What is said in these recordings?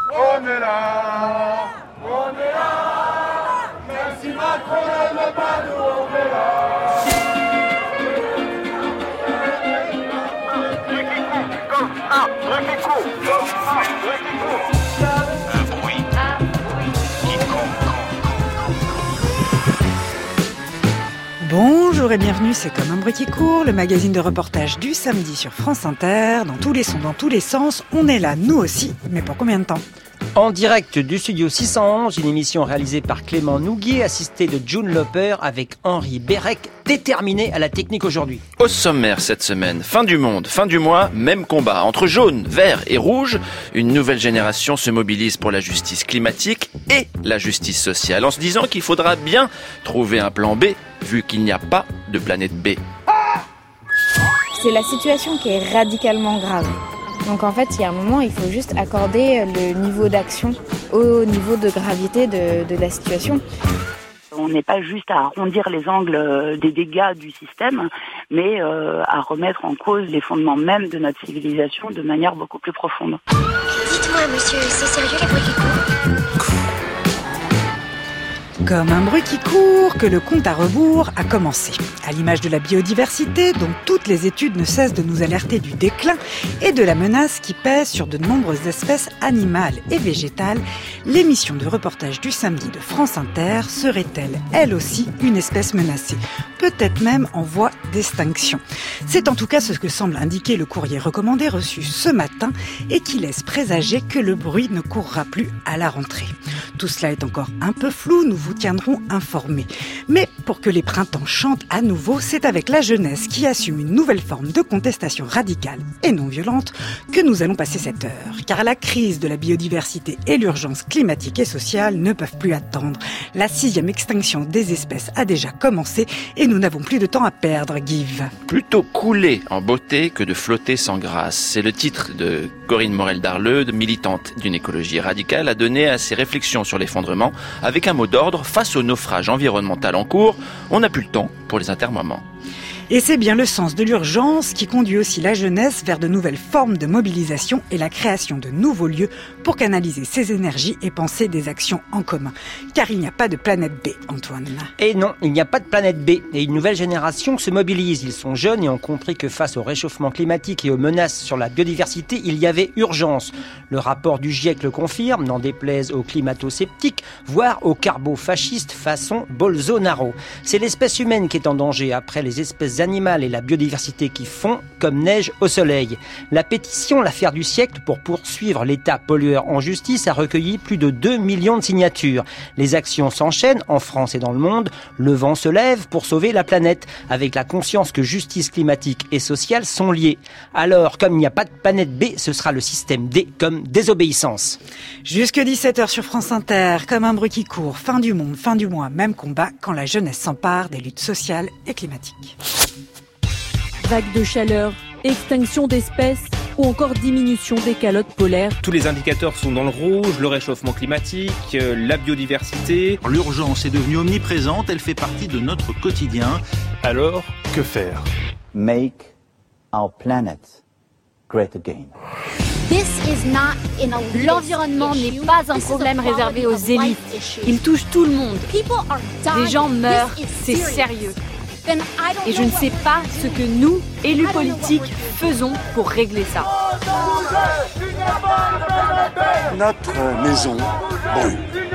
On est là, même si Macron ne veut pas, nous on est là. Bonjour et bienvenue, c'est Comme un bruit qui court, le magazine de reportage du samedi sur France Inter. Dans tous les sons, dans tous les sens, on est là, nous aussi, mais pour combien de temps ? En direct du studio 611, une émission réalisée par Clément Nouguier, assisté de June Loper avec Henri Bérec, déterminé à la technique aujourd'hui. Au sommaire cette semaine, fin du monde, fin du mois, même combat. Entre jaune, vert et rouge, une nouvelle génération se mobilise pour la justice climatique et la justice sociale, en se disant qu'il faudra bien trouver un plan B, vu qu'il n'y a pas de planète B. C'est la situation qui est radicalement grave. Donc en fait, il y a un moment, il faut juste accorder le niveau d'action au niveau de gravité de la situation. On n'est pas juste à arrondir les angles des dégâts du système, mais à remettre en cause les fondements même de notre civilisation de manière beaucoup plus profonde. Dites-moi, monsieur, c'est sérieux les bruits qui courent ? Comme un bruit qui court, que le compte à rebours a commencé. À l'image de la biodiversité, dont toutes les études ne cessent de nous alerter du déclin et de la menace qui pèse sur de nombreuses espèces animales et végétales, l'émission de reportage du samedi de France Inter serait-elle, elle aussi, une espèce menacée ? Peut-être même en voie d'extinction. C'est en tout cas ce que semble indiquer le courrier recommandé reçu ce matin et qui laisse présager que le bruit ne courra plus à la rentrée. Tout cela est encore un peu flou, nous vous tiendrons informés. Mais pour que les printemps chantent à nouveau, c'est avec la jeunesse qui assume une nouvelle forme de contestation radicale et non violente que nous allons passer cette heure. Car la crise de la biodiversité et l'urgence climatique et sociale ne peuvent plus attendre. La 6e extinction des espèces a déjà commencé et nous n'avons plus de temps à perdre, Guive. Plutôt couler en beauté que de flotter sans grâce. C'est le titre de Corinne Morel-Darleux, militante d'une écologie radicale, a donné à ses réflexions sur l'effondrement avec un mot d'ordre: face au naufrage environnemental en cours, on n'a plus le temps pour les intermoments. Et c'est bien le sens de l'urgence qui conduit aussi la jeunesse vers de nouvelles formes de mobilisation et la création de nouveaux lieux pour canaliser ses énergies et penser des actions en commun. Car il n'y a pas de planète B, Antoine. Et non, il n'y a pas de planète B. Et une nouvelle génération se mobilise. Ils sont jeunes et ont compris que face au réchauffement climatique et aux menaces sur la biodiversité, il y avait urgence. Le rapport du GIEC le confirme, n'en déplaise aux climato-sceptiques, voire aux carbo-fascistes façon Bolsonaro. C'est l'espèce humaine qui est en danger après les espèces animales et la biodiversité qui fond comme neige au soleil. La pétition L'affaire du siècle pour poursuivre l'État pollueur en justice a recueilli plus de 2 millions de signatures. Les actions s'enchaînent en France et dans le monde. Le vent se lève pour sauver la planète, avec la conscience que justice climatique et sociale sont liées. Alors, comme il n'y a pas de planète B, ce sera le système D comme désobéissance. Jusque 17h sur France Inter, comme un bruit qui court, fin du monde, fin du mois, même combat quand la jeunesse s'empare des luttes sociales et climatiques. Vague de chaleur, extinction d'espèces ou encore diminution des calottes polaires. Tous les indicateurs sont dans le rouge, le réchauffement climatique, la biodiversité. L'urgence est devenue omniprésente, elle fait partie de notre quotidien. Alors, que faire ? Make our planet great again. L'environnement n'est pas un problème réservé aux élites. Il touche tout le monde. Des gens meurent, c'est sérieux. Et je ne sais pas ce que nous, élus politiques, faisons pour régler ça. Notre maison brûle.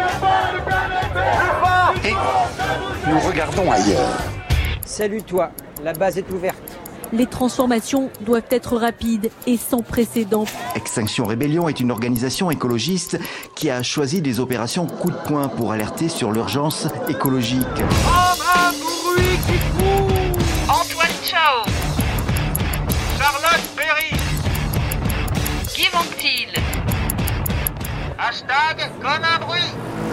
Et nous regardons ailleurs. Salut toi, la base est ouverte. Les transformations doivent être rapides et sans précédent. Extinction Rébellion est une organisation écologiste qui a choisi des opérations coup de poing pour alerter sur l'urgence écologique. Antoine Chao, Charlotte Perry, Guy Montil, hashtag comme un bruit.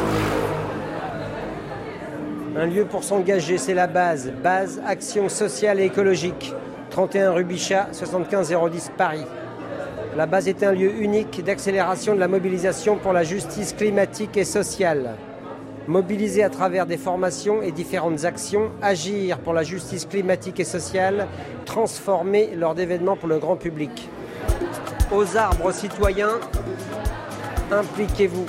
Un lieu pour s'engager, c'est la base. Base Action Sociale et Écologique. 31 rue Bichat, 75 010 Paris. La base est un lieu unique d'accélération de la mobilisation pour la justice climatique et sociale. Mobiliser à travers des formations et différentes actions, agir pour la justice climatique et sociale, transformer lors d'événements pour le grand public. Aux arbres citoyens, impliquez-vous.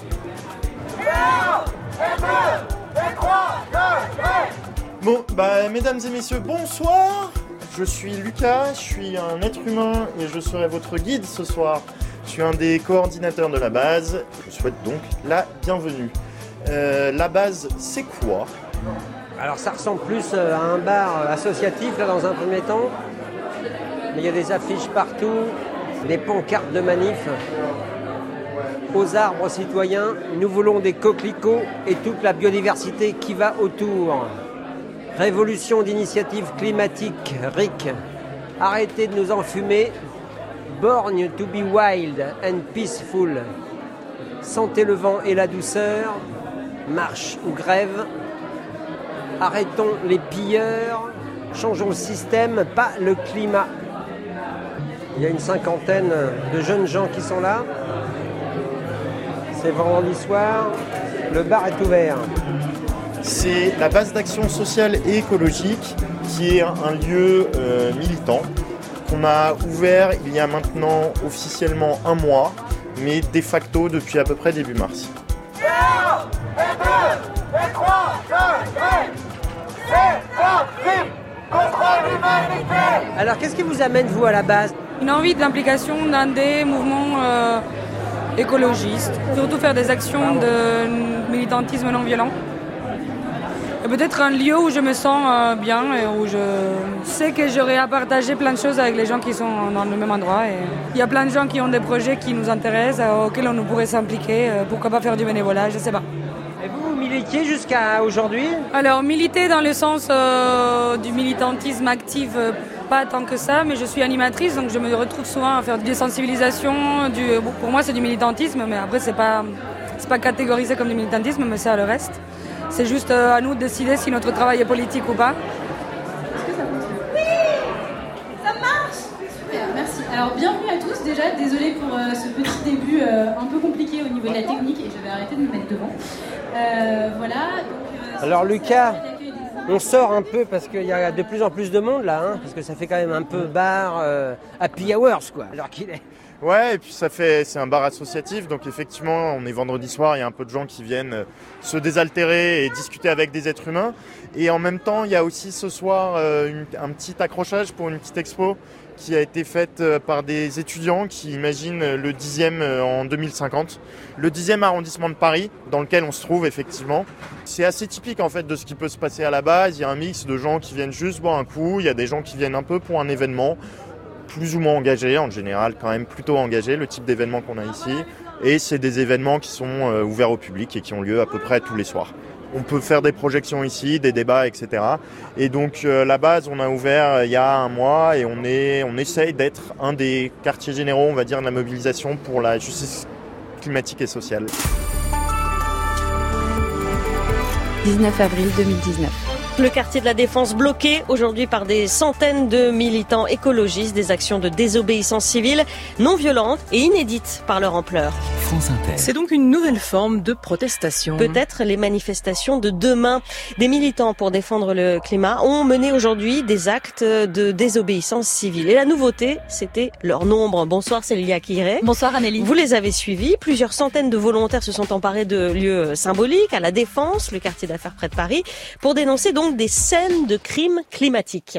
Bon, mesdames et messieurs, bonsoir. Je suis Lucas, je suis un être humain et je serai votre guide ce soir. Je suis un des coordinateurs de la base. Je souhaite donc la bienvenue. La base, c'est quoi ? Alors ça ressemble plus à un bar associatif là dans un premier temps. Mais il y a des affiches partout, des pancartes de manif. Aux arbres citoyens, nous voulons des coquelicots et toute la biodiversité qui va autour. Révolution d'initiative climatique, RIC. Arrêtez de nous enfumer. Born to be wild and peaceful. Sentez le vent et la douceur. Marche ou grève. Arrêtons les pilleurs. Changeons le système, pas le climat. Il y a une 50aine de jeunes gens qui sont là. C'est vendredi soir. Le bar est ouvert. C'est la base d'action sociale et écologique qui est un lieu militant qu'on a ouvert il y a maintenant officiellement un mois, mais de facto depuis à peu près début mars. Alors qu'est-ce qui vous amène vous à la base ? Une envie d'implication dans des mouvements écologistes, surtout faire des actions de militantisme non violent. Et peut-être un lieu où je me sens bien et où je sais que j'aurai à partager plein de choses avec les gens qui sont dans le même endroit. Et il y a plein de gens qui ont des projets qui nous intéressent, auxquels on pourrait s'impliquer. Pourquoi pas faire du bénévolat, je sais pas. Et vous militiez jusqu'à aujourd'hui ? Alors militer dans le sens du militantisme actif, pas tant que ça, mais je suis animatrice, donc je me retrouve souvent à faire des sensibilisations. Pour moi c'est du militantisme, mais après c'est pas catégorisé comme du militantisme, mais c'est le reste. C'est juste à nous de décider si notre travail est politique ou pas. Est-ce que ça fonctionne ? Oui ! Ça marche ! Super, merci. Alors bienvenue à tous déjà, désolée pour ce petit début un peu compliqué au niveau de la technique et je vais arrêter de me mettre devant. Voilà. Donc, alors Lucas, on sort un peu parce qu'il y a de plus en plus de monde là, hein, parce que ça fait quand même un peu bar happy hours quoi, alors qu'il est... Ouais, et puis c'est un bar associatif, donc effectivement, on est vendredi soir, il y a un peu de gens qui viennent se désaltérer et discuter avec des êtres humains. Et en même temps, il y a aussi ce soir un petit accrochage pour une petite expo qui a été faite par des étudiants qui imaginent le 10e en 2050. Le 10e arrondissement de Paris, dans lequel on se trouve effectivement. C'est assez typique en fait de ce qui peut se passer à la base. Il y a un mix de gens qui viennent juste boire un coup, il y a des gens qui viennent un peu pour un événement, plus ou moins engagés, en général quand même plutôt engagés, le type d'événement qu'on a ici. Et c'est des événements qui sont ouverts au public et qui ont lieu à peu près tous les soirs. On peut faire des projections ici, des débats, etc. Et donc la base, on a ouvert il y a un mois et on essaye d'être un des quartiers généraux, on va dire, de la mobilisation pour la justice climatique et sociale. 19 avril 2019. Le quartier de la Défense bloqué aujourd'hui par des centaines de militants écologistes, des actions de désobéissance civile non violentes et inédites par leur ampleur. C'est donc une nouvelle forme de protestation. Peut-être les manifestations de demain. Des militants pour défendre le climat ont mené aujourd'hui des actes de désobéissance civile. Et la nouveauté, c'était leur nombre. Bonsoir Célia Quiré. Bonsoir Amélie. Vous les avez suivis. Plusieurs centaines de volontaires se sont emparés de lieux symboliques, à la Défense, le quartier d'affaires près de Paris, pour dénoncer donc des scènes de crimes climatiques.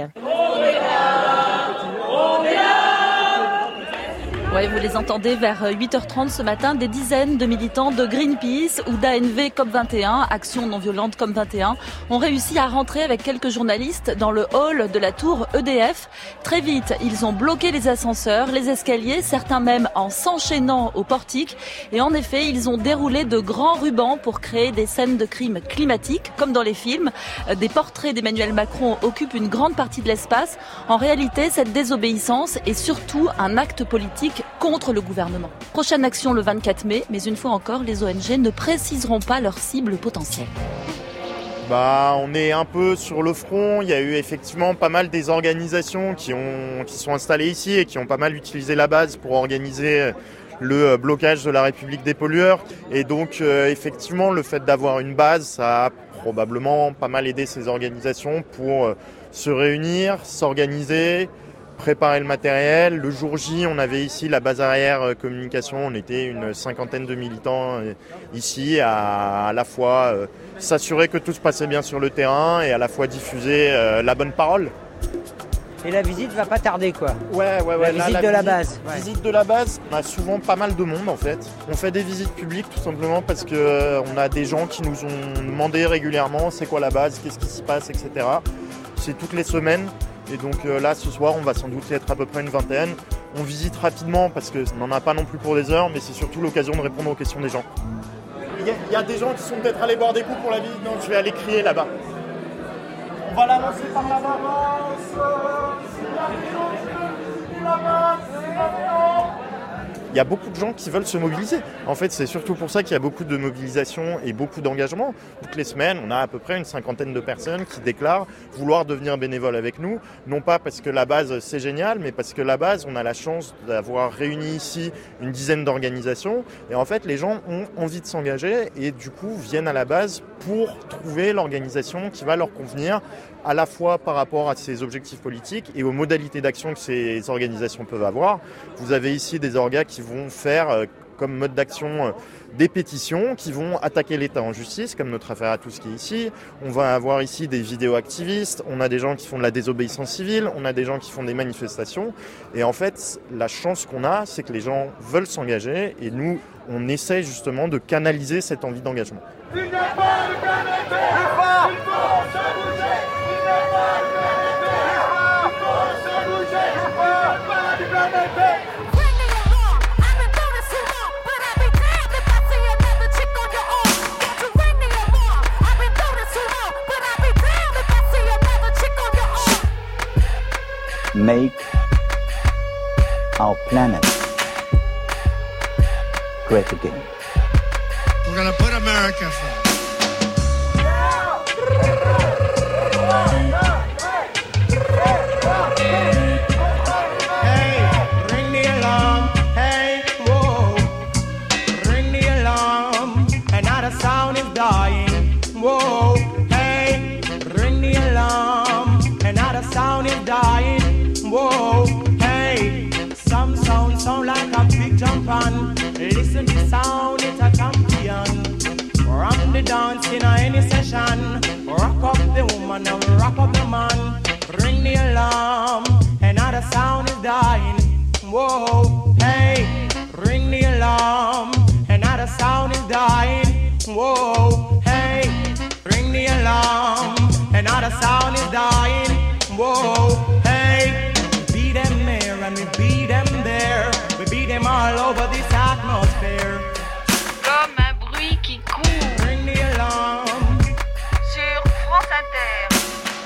Ouais, vous les entendez vers 8h30 ce matin, des dizaines de militants de Greenpeace ou d'ANV COP21, Action non violente COP21, ont réussi à rentrer avec quelques journalistes dans le hall de la tour EDF. Très vite, ils ont bloqué les ascenseurs, les escaliers, certains même en s'enchaînant au portique. Et en effet, ils ont déroulé de grands rubans pour créer des scènes de crimes climatiques, comme dans les films. Des portraits d'Emmanuel Macron occupent une grande partie de l'espace. En réalité, cette désobéissance est surtout un acte politique contre le gouvernement. Prochaine action le 24 mai, mais une fois encore, les ONG ne préciseront pas leur cible potentielle. On est un peu sur le front. Il y a eu effectivement pas mal des organisations qui sont installées ici et qui ont pas mal utilisé la base pour organiser le blocage de la République des pollueurs. Et donc effectivement, le fait d'avoir une base, ça a probablement pas mal aidé ces organisations pour se réunir, s'organiser, préparer le matériel. Le jour J, on avait ici la base arrière communication. On était une 50aine de militants ici à la fois s'assurer que tout se passait bien sur le terrain et à la fois diffuser la bonne parole. Et la visite va pas tarder, quoi. Ouais. La visite de la base. Ouais. Visite de la base, on a souvent pas mal de monde en fait. On fait des visites publiques tout simplement parce que on a des gens qui nous ont demandé régulièrement c'est quoi la base, qu'est-ce qui s'y passe, etc. C'est toutes les semaines. Et donc là, ce soir, on va sans doute être à peu près une vingtaine. On visite rapidement parce qu'on n'en a pas non plus pour des heures, mais c'est surtout l'occasion de répondre aux questions des gens. Il y a des gens qui sont peut-être allés boire des coups pour la visite. Non, je vais aller crier là-bas. On va la lancer par là-bas. Il y a beaucoup de gens qui veulent se mobiliser. En fait, c'est surtout pour ça qu'il y a beaucoup de mobilisation et beaucoup d'engagement. Toutes les semaines, on a à peu près une 50aine de personnes qui déclarent vouloir devenir bénévoles avec nous. Non pas parce que la base, c'est génial, mais parce que la base, on a la chance d'avoir réuni ici une dizaine d'organisations. Et en fait, les gens ont envie de s'engager et du coup viennent à la base pour trouver l'organisation qui va leur convenir à la fois par rapport à ses objectifs politiques et aux modalités d'action que ces organisations peuvent avoir. Vous avez ici des orgas qui vont faire comme mode d'action des pétitions, qui vont attaquer l'État en justice, comme notre affaire à tous qui est ici. On va avoir ici des vidéo-activistes, on a des gens qui font de la désobéissance civile, on a des gens qui font des manifestations. Et en fait, la chance qu'on a, c'est que les gens veulent s'engager et nous, on essaie justement de canaliser cette envie d'engagement. Il n'est pas le planète B. Il faut se bouger. Il n'est pas le planète B. Il faut se bouger. Il faut pas du planète B. Make our planet great again. We're gonna put America first. Hey, ring the alarm. Hey, whoa. Ring the alarm. Another sound is dying. Whoa. Hey, ring the alarm. Another sound is dying. Whoa. Hey, some sound like a big jump on. Listen to the sound, it's a champion. From the dance in any session. Rock up the woman and rock up the man. Ring the alarm, another sound is dying. Whoa, hey, ring the alarm, another sound is dying. Whoa, hey, ring the alarm, another sound is dying. Whoa, hey, we beat them there and we beat them there. We beat them all over this atmosphere. Comme un bruit qui court. Ring the alarm. Sur France Inter.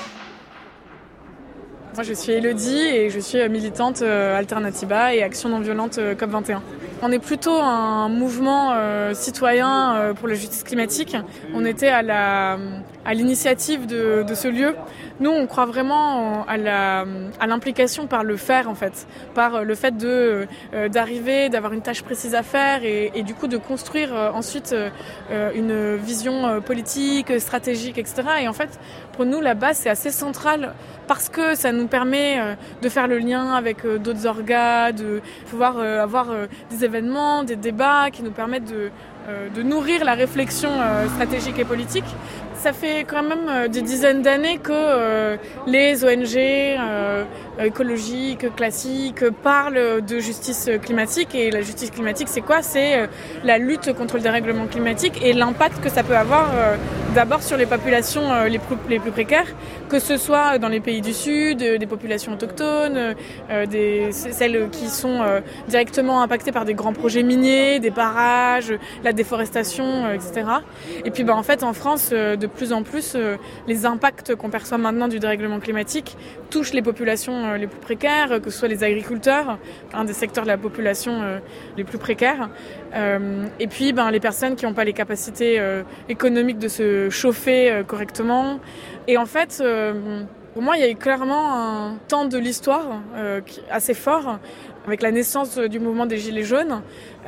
Moi je suis Elodie et je suis militante Alternatiba et Action non violente COP21. On est plutôt un mouvement citoyen pour la justice climatique. On était à l'initiative de ce lieu. Nous, on croit vraiment à l'implication par le faire, en fait. Par le fait d'arriver, d'avoir une tâche précise à faire et du coup de construire ensuite une vision politique, stratégique, etc. Et en fait, pour nous, la base, c'est assez central parce que ça nous permet de faire le lien avec d'autres orgas, de pouvoir avoir des événements, des débats qui nous permettent de nourrir la réflexion stratégique et politique. Ça fait quand même des dizaines d'années que les ONG écologiques, classiques, parlent de justice climatique. Et la justice climatique, c'est quoi ? C'est la lutte contre le dérèglement climatique et l'impact que ça peut avoir d'abord sur les populations les plus précaires, que ce soit dans les pays du Sud, des populations autochtones, celles qui sont directement impactées par des grands projets miniers, des barrages, la déforestation, etc. Et puis en fait, en France, de plus en plus, les impacts qu'on perçoit maintenant du dérèglement climatique touchent les populations les plus précaires, que ce soit les agriculteurs, un des secteurs de la population les plus précaires, et puis les personnes qui n'ont pas les capacités économiques de se chauffer correctement. Et en fait, pour moi, il y a eu clairement un temps de l'histoire assez fort avec la naissance du mouvement des Gilets jaunes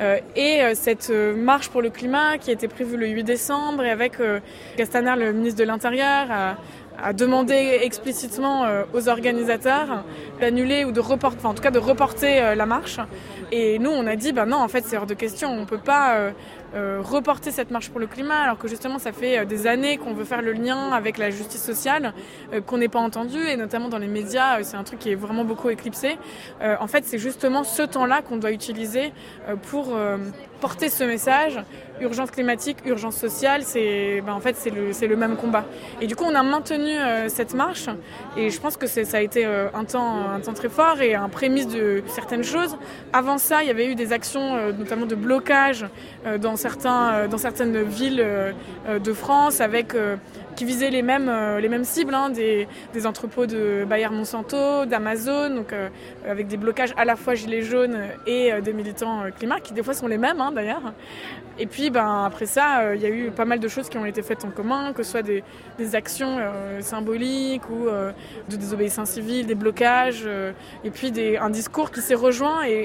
et cette marche pour le climat qui a été prévue le 8 décembre et avec Castaner, le ministre de l'Intérieur, a demandé explicitement aux organisateurs d'annuler ou de reporter la marche. Et nous, on a dit, non, en fait, c'est hors de question. On ne peut pas reporter cette marche pour le climat, alors que justement, ça fait des années qu'on veut faire le lien avec la justice sociale, qu'on n'est pas entendu, et notamment dans les médias, c'est un truc qui est vraiment beaucoup éclipsé. En fait, c'est justement ce temps-là qu'on doit utiliser pour porter ce message. Urgence climatique, urgence sociale, c'est le même combat. Et du coup, on a maintenu cette marche, et je pense que ça a été un temps très fort et un prémisse de certaines choses. Avant ça, il y avait eu des actions, notamment de blocage dans certaines villes de France, qui visaient les mêmes cibles, des entrepôts de Bayer-Monsanto, d'Amazon, donc avec des blocages à la fois gilets jaunes et des militants climat, qui des fois sont les mêmes d'ailleurs. Et puis après ça, il y a eu pas mal de choses qui ont été faites en commun, que ce soit des actions symboliques ou de désobéissance civile, des blocages, et puis un discours qui s'est rejoint. Et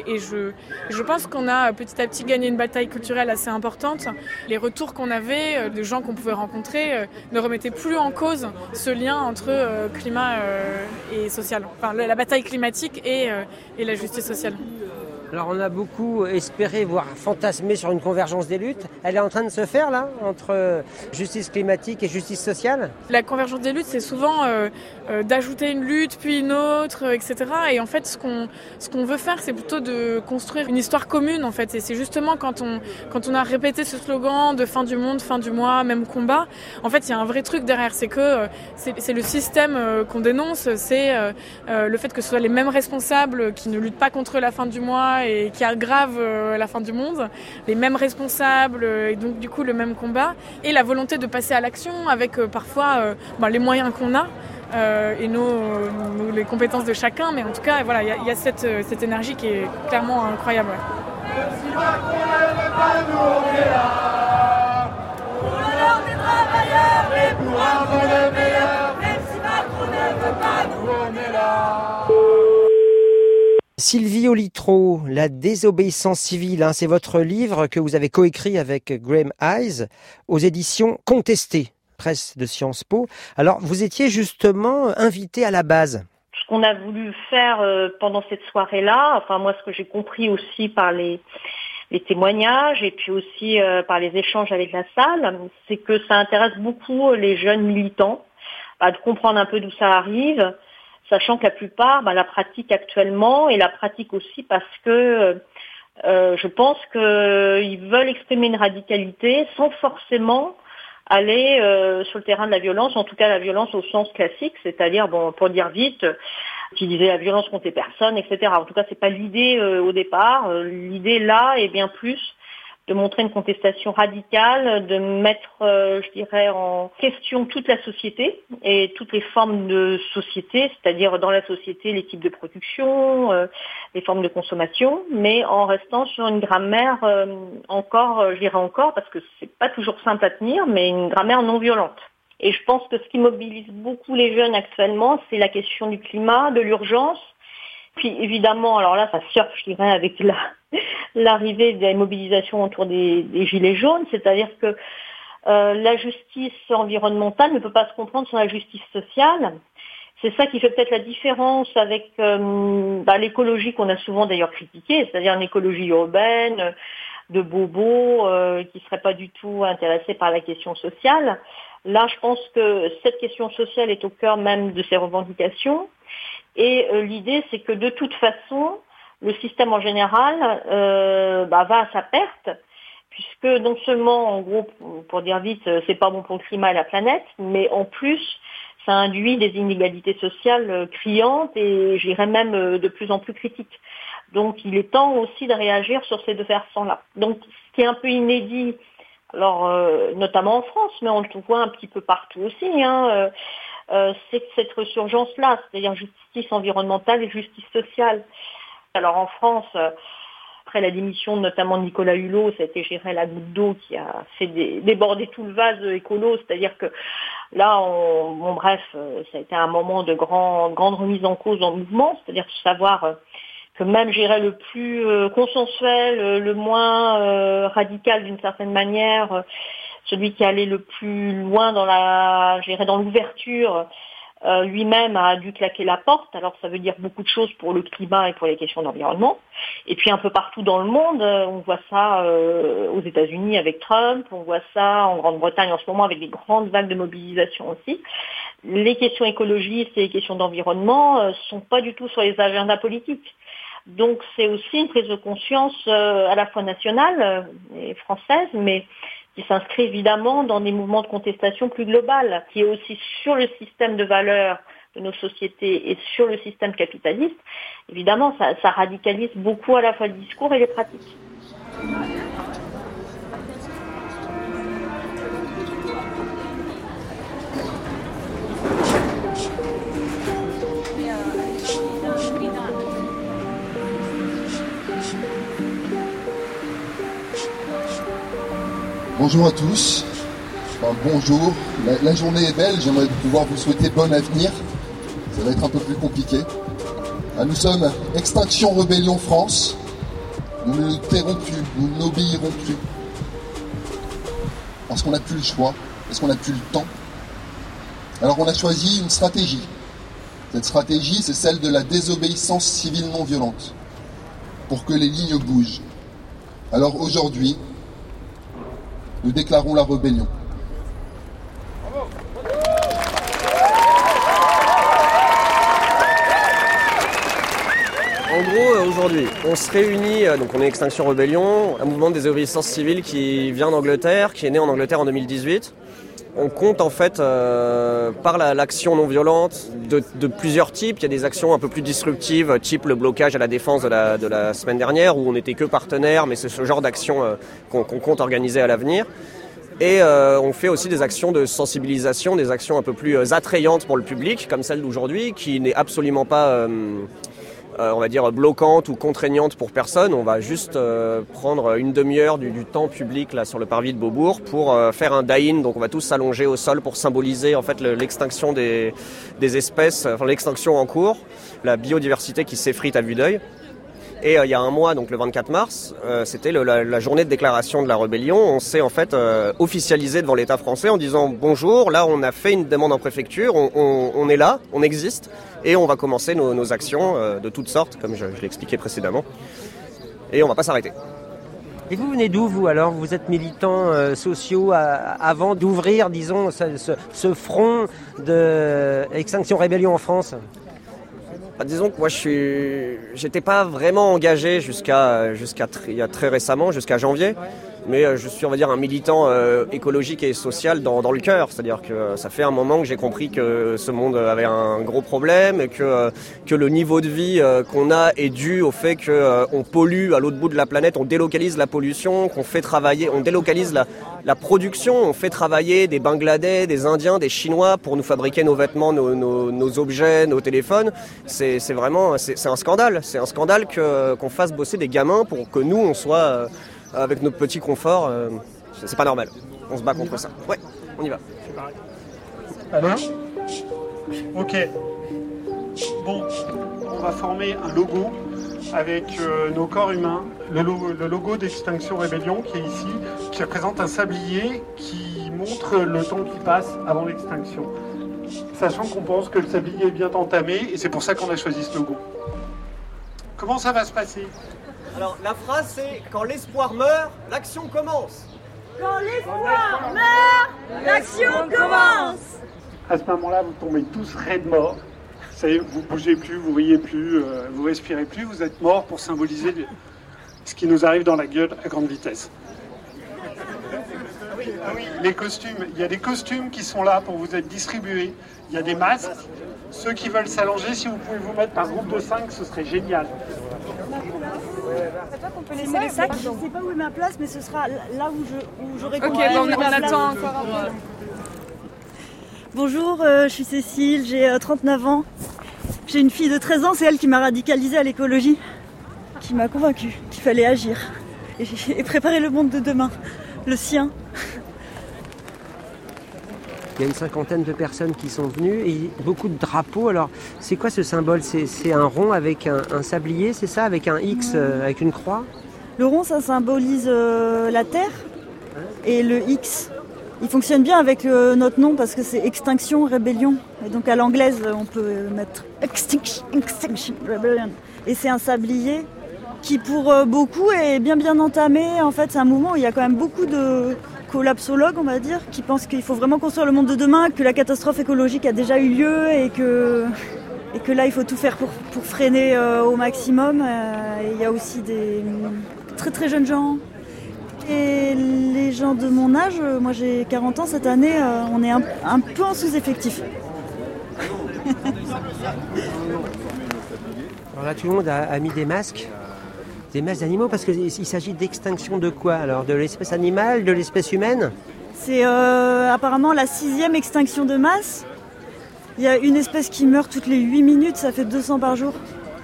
je pense qu'on a petit à petit gagné une bataille culturelle assez importante. Les retours qu'on avait, de gens qu'on pouvait rencontrer, ne remettaient plus en cause ce lien entre climat et social. Enfin, la bataille climatique et la justice sociale. Alors on a beaucoup espéré, voire fantasmé sur une convergence des luttes. Elle est en train de se faire là, entre justice climatique et justice sociale ? La convergence des luttes, c'est souvent d'ajouter une lutte, puis une autre, etc. Et en fait, ce qu'on veut faire, c'est plutôt de construire une histoire commune, en fait. Et c'est justement quand on a répété ce slogan de fin du monde, fin du mois, même combat, en fait, il y a un vrai truc derrière. C'est que c'est le système qu'on dénonce, c'est le fait que ce soit les mêmes responsables qui ne luttent pas contre la fin du mois et qui aggravent la fin du monde, les mêmes responsables et donc du coup le même combat, et la volonté de passer à l'action avec parfois les moyens qu'on a et les compétences de chacun, mais en tout cas voilà, il y a cette énergie qui est clairement incroyable. Si Macron ne veut pas, nous on est là. Pour l'honneur des travailleurs et pour un monde meilleur. Même si Macron ne veut pas, nous on est là. Sylvie Olitro, La désobéissance civile, c'est votre livre que vous avez coécrit avec Graham Hayes aux éditions Contestées, presse de Sciences Po. Alors, vous étiez justement invité à la base. Ce qu'on a voulu faire pendant cette soirée-là, enfin moi ce que j'ai compris aussi par les témoignages et puis aussi par les échanges avec la salle, c'est que ça intéresse beaucoup les jeunes militants, de comprendre un peu d'où ça arrive, sachant que la plupart la pratiquent actuellement, et la pratiquent aussi parce que je pense qu'ils veulent exprimer une radicalité sans forcément aller sur le terrain de la violence, en tout cas la violence au sens classique, c'est-à-dire, pour dire vite, utiliser la violence contre les personnes, etc. En tout cas, c'est pas l'idée au départ. L'idée là est bien plus de montrer une contestation radicale, de mettre, je dirais, en question toute la société et toutes les formes de société, c'est-à-dire dans la société les types de production, les formes de consommation, mais en restant sur une grammaire je dirais encore, parce que c'est pas toujours simple à tenir, mais une grammaire non violente. Et je pense que ce qui mobilise beaucoup les jeunes actuellement, c'est la question du climat, de l'urgence. Puis évidemment, alors là, ça surfe, je dirais, avec l'arrivée des mobilisations autour des Gilets jaunes, c'est-à-dire que la justice environnementale ne peut pas se comprendre sans la justice sociale. C'est ça qui fait peut-être la différence avec l'écologie qu'on a souvent d'ailleurs critiquée, c'est-à-dire une écologie urbaine, de bobos qui ne seraient pas du tout intéressés par la question sociale. Là, je pense que cette question sociale est au cœur même de ces revendications. Et l'idée, c'est que de toute façon, le système en général va à sa perte, puisque non seulement, en gros, pour dire vite, c'est pas bon pour le climat et la planète, mais en plus, ça induit des inégalités sociales criantes et, je dirais même, de plus en plus critiques. Donc, il est temps aussi de réagir sur ces deux versants-là. Donc, ce qui est un peu inédit, alors notamment en France, mais on le voit un petit peu partout aussi, c'est cette resurgence-là, c'est-à-dire justice environnementale et justice sociale. Alors en France, après la démission notamment de Nicolas Hulot, ça a été, je dirais, la goutte d'eau qui a fait déborder tout le vase écolo, c'est-à-dire que là, ça a été un moment de grande remise en cause dans le mouvement, c'est-à-dire savoir que même, je dirais, le plus consensuel, le moins radical d'une certaine manière, celui qui allait le plus loin dans l'ouverture, lui-même a dû claquer la porte. Alors ça veut dire beaucoup de choses pour le climat et pour les questions d'environnement. Et puis un peu partout dans le monde, on voit ça aux États-Unis avec Trump, on voit ça en Grande-Bretagne en ce moment avec des grandes vagues de mobilisation aussi. Les questions écologistes et les questions d'environnement sont pas du tout sur les agendas politiques. Donc c'est aussi une prise de conscience à la fois nationale et française, mais qui s'inscrit évidemment dans des mouvements de contestation plus global, qui est aussi sur le système de valeurs de nos sociétés et sur le système capitaliste. Évidemment, ça radicalise beaucoup à la fois le discours et les pratiques. Bonjour à tous, bonjour, la journée est belle, j'aimerais pouvoir vous souhaiter bon avenir, ça va être un peu plus compliqué. Nous sommes Extinction Rebellion France, nous ne tairons plus, nous n'obéirons plus, parce qu'on n'a plus le choix, parce qu'on n'a plus le temps. Alors on a choisi une stratégie, cette stratégie c'est celle de la désobéissance civile non violente, pour que les lignes bougent. Alors aujourd'hui, nous déclarons la rébellion. En gros, aujourd'hui, on se réunit, donc on est Extinction Rebellion, un mouvement de désobéissance civile qui vient d'Angleterre, qui est né en Angleterre en 2018. On compte en fait par l'action non violente de plusieurs types. Il y a des actions un peu plus disruptives, type le blocage à la Défense de la semaine dernière, où on n'était que partenaires, mais c'est ce genre d'action qu'on compte organiser à l'avenir. Et on fait aussi des actions de sensibilisation, des actions un peu plus attrayantes pour le public, comme celle d'aujourd'hui, qui n'est absolument pas, on va dire, bloquante ou contraignante pour personne. On va juste prendre une demi-heure du temps public là sur le parvis de Beaubourg pour faire un die-in. Donc on va tous s'allonger au sol pour symboliser en fait l'extinction des espèces, enfin l'extinction en cours, la biodiversité qui s'effrite à vue d'œil. Et il y a un mois, donc le 24 mars, c'était la journée de déclaration de la rébellion. On s'est en fait officialisé devant l'État français en disant bonjour, là on a fait une demande en préfecture, on est là, on existe et on va commencer nos actions de toutes sortes, comme je l'ai expliqué précédemment. Et on va pas s'arrêter. Et vous venez d'où, vous, alors? Vous êtes militants sociaux avant d'ouvrir, disons, ce front de Extinction Rebellion en France? Disons que moi j'étais pas vraiment engagé jusqu'à il y a très récemment, jusqu'à janvier, mais je suis, on va dire, un militant écologique et social dans le cœur. C'est-à-dire que ça fait un moment que j'ai compris que ce monde avait un gros problème et que le niveau de vie qu'on a est dû au fait qu'on pollue à l'autre bout de la planète, on délocalise la pollution, qu'on fait travailler, on délocalise la production, on fait travailler des Bangladais, des Indiens, des Chinois pour nous fabriquer nos vêtements, nos objets, nos téléphones. C'est vraiment, c'est un scandale. C'est un scandale qu'on fasse bosser des gamins pour que nous on soit avec notre petit confort. C'est pas normal. On se bat contre ça. Ouais, on y va. Allô ? Ok. Bon, on va former un logo avec nos corps humains. Le logo d'Extinction Rebellion qui est ici, qui représente un sablier qui montre le temps qui passe avant l'extinction. Sachant qu'on pense que le sablier est bien entamé et c'est pour ça qu'on a choisi ce logo. Comment ça va se passer ? Alors la phrase c'est « Quand l'espoir meurt, l'action commence ». Quand l'espoir meurt, l'action commence. À ce moment-là, vous tombez tous raides morts. Ça y est, vous bougez plus, vous riez plus, vous respirez plus, vous êtes morts pour symboliser ce qui nous arrive dans la gueule à grande vitesse. Ah oui, les costumes. Il y a des costumes qui sont là pour vous être distribués. Il y a des masques. Ceux qui veulent s'allonger, si vous pouvez vous mettre par groupe de 5, ce serait génial. C'est toi qu'on peut laisser les sacs. Je ne sais pas où est ma place, mais ce sera là où j'aurai compris. Ok, bon, on attend encore un peu. Bonjour, je suis Cécile, j'ai 39 ans. J'ai une fille de 13 ans, c'est elle qui m'a radicalisée à l'écologie, qui m'a convaincue qu'il fallait agir et préparer le monde de demain, le sien. Il y a une 50aine de personnes qui sont venues et beaucoup de drapeaux. Alors, c'est quoi ce symbole ? C'est un rond avec un sablier, c'est ça ? Avec un X, avec une croix ? Le rond, ça symbolise la Terre. Et le X, il fonctionne bien avec notre nom parce que c'est Extinction Rebellion. Et donc à l'anglaise, on peut mettre Extinction Rebellion. Et c'est un sablier qui, pour beaucoup, est bien entamé. En fait, c'est un mouvement où il y a quand même beaucoup de collapsologues, on va dire, qui pensent qu'il faut vraiment construire le monde de demain, que la catastrophe écologique a déjà eu lieu et que là, il faut tout faire pour freiner au maximum. Et il y a aussi des très très jeunes gens. Et les gens de mon âge, moi j'ai 40 ans cette année, on est un peu en sous-effectif. Alors là, tout le monde a mis des masques d'animaux, parce qu'il s'agit d'extinction de quoi ? Alors, de l'espèce animale, de l'espèce humaine ? C'est apparemment la 6e extinction de masse. Il y a une espèce qui meurt toutes les 8 minutes, ça fait 200 par jour.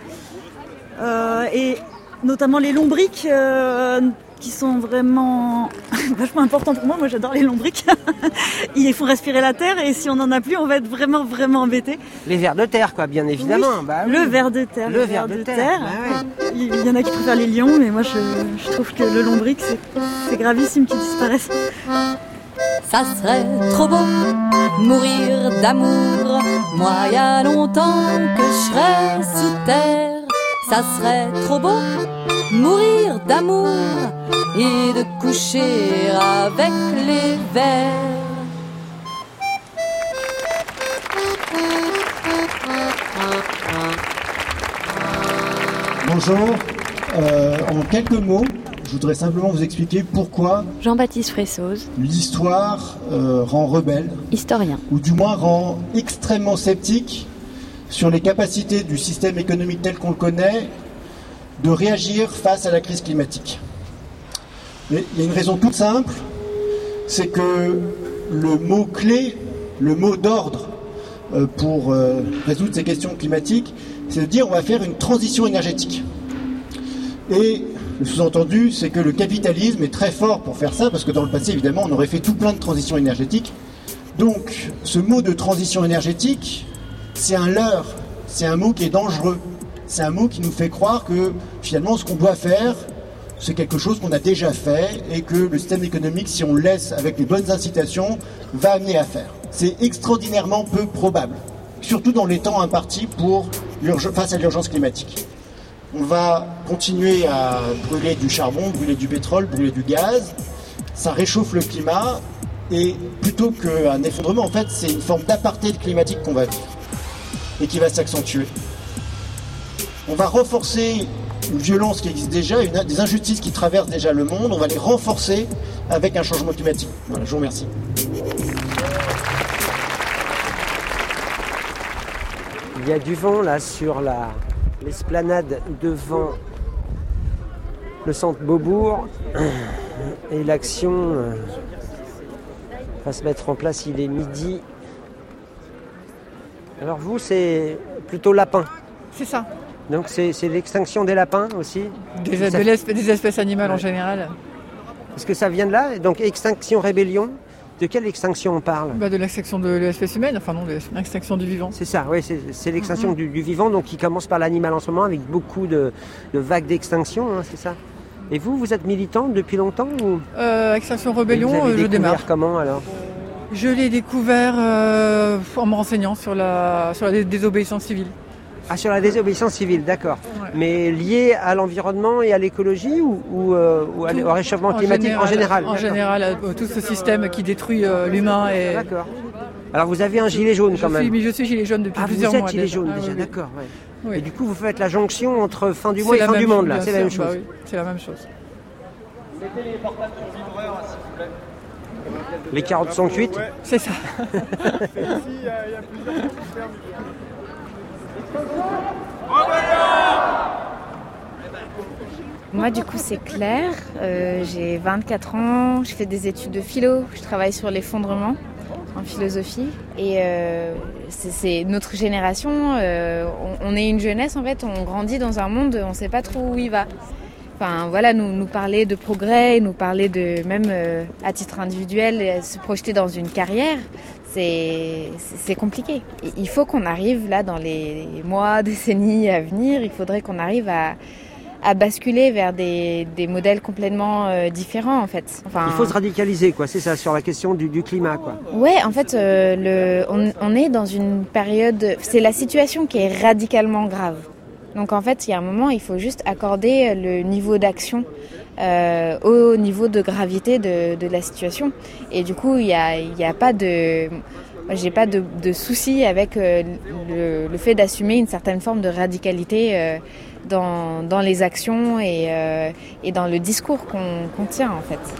Et notamment les lombrics, qui sont vraiment vachement importants pour moi. Moi, j'adore les lombrics. Ils font respirer la terre et si on n'en a plus, on va être vraiment embêtés. Les vers de terre, quoi, bien évidemment. Oui, oui. Le ver de terre. Le ver de terre. Bah ouais. Il y en a qui préfèrent les lions, mais moi, je trouve que le lombric, c'est gravissime qu'il disparaisse. Ça serait trop beau, mourir d'amour. Moi, il y a longtemps que je serais sous terre. Ça serait trop beau, mourir d'amour et de coucher avec les vers. Bonjour, en quelques mots, je voudrais simplement vous expliquer pourquoi Jean-Baptiste Fressoz, l'histoire rend rebelle, historien, ou du moins rend extrêmement sceptique sur les capacités du système économique tel qu'on le connaît de réagir face à la crise climatique. Mais il y a une raison toute simple, c'est que le mot clé, le mot d'ordre pour résoudre ces questions climatiques, c'est de dire on va faire une transition énergétique. Et le sous-entendu, c'est que le capitalisme est très fort pour faire ça, parce que dans le passé, évidemment, on aurait fait tout plein de transitions énergétiques. Donc, ce mot de transition énergétique, c'est un leurre, c'est un mot qui est dangereux. C'est un mot qui nous fait croire que, finalement, ce qu'on doit faire, c'est quelque chose qu'on a déjà fait et que le système économique, si on le laisse avec les bonnes incitations, va amener à faire. C'est extraordinairement peu probable, surtout dans les temps impartis face à l'urgence climatique. On va continuer à brûler du charbon, brûler du pétrole, brûler du gaz. Ça réchauffe le climat et plutôt qu'un effondrement, en fait, c'est une forme d'apartheid climatique qu'on va vivre et qui va s'accentuer. On va renforcer une violence qui existe déjà, des injustices qui traversent déjà le monde. On va les renforcer avec un changement climatique. Voilà, je vous remercie. Il y a du vent là sur l'esplanade devant le centre Beaubourg et l'action va se mettre en place, il est midi. Alors vous, c'est plutôt lapin. C'est ça. Donc c'est l'extinction des lapins aussi. Des espèces animales en général. Est-ce que ça vient de là ? Donc extinction rébellion. De quelle extinction on parle ? De l'extinction de l'espèce humaine, enfin non, de l'extinction du vivant. C'est ça, oui, c'est l'extinction du vivant, donc qui commence par l'animal en ce moment, avec beaucoup de vagues d'extinction, hein, c'est ça. Et vous êtes militante depuis longtemps ou... Extinction Rébellion, je démarre. Comment alors ? Je l'ai découvert en me renseignant sur la désobéissance civile. Ah, sur la désobéissance civile, d'accord. Ouais. Mais liée à l'environnement et à l'écologie ou au réchauffement climatique en général ? En général, tout ce système qui détruit l'humain. Et... D'accord. Alors vous avez un gilet jaune quand même ? Je suis gilet jaune depuis plusieurs mois. Vous êtes gilet jaune déjà, oui. D'accord. Ouais. Oui. Et du coup, vous faites la jonction entre fin du mois et fin du monde, là. C'est la même chose. Oui, c'est la même chose. Mettez les portables sur vibreur, s'il vous plaît. Les carottes sont cuites ? Ouais. C'est ça. Moi, du coup, c'est Claire. J'ai 24 ans. Je fais des études de philo. Je travaille sur l'effondrement en philosophie. Et c'est notre génération. On est une jeunesse, en fait. On grandit dans un monde, on ne sait pas trop où il va. Enfin voilà, nous parler de progrès, nous parler de même à titre individuel, se projeter dans une carrière, c'est compliqué. Il faut qu'on arrive là dans les mois, décennies à venir, il faudrait qu'on arrive à basculer vers des modèles complètement différents en fait. Enfin, il faut se radicaliser quoi, c'est ça, sur la question du climat quoi. Ouais, en fait, on est dans une période, c'est la situation qui est radicalement grave. Donc en fait, il y a un moment, il faut juste accorder le niveau d'action au niveau de gravité de la situation. Et du coup, il y a pas de... J'ai pas de souci avec le fait d'assumer une certaine forme de radicalité dans les actions et dans le discours qu'on tient en fait.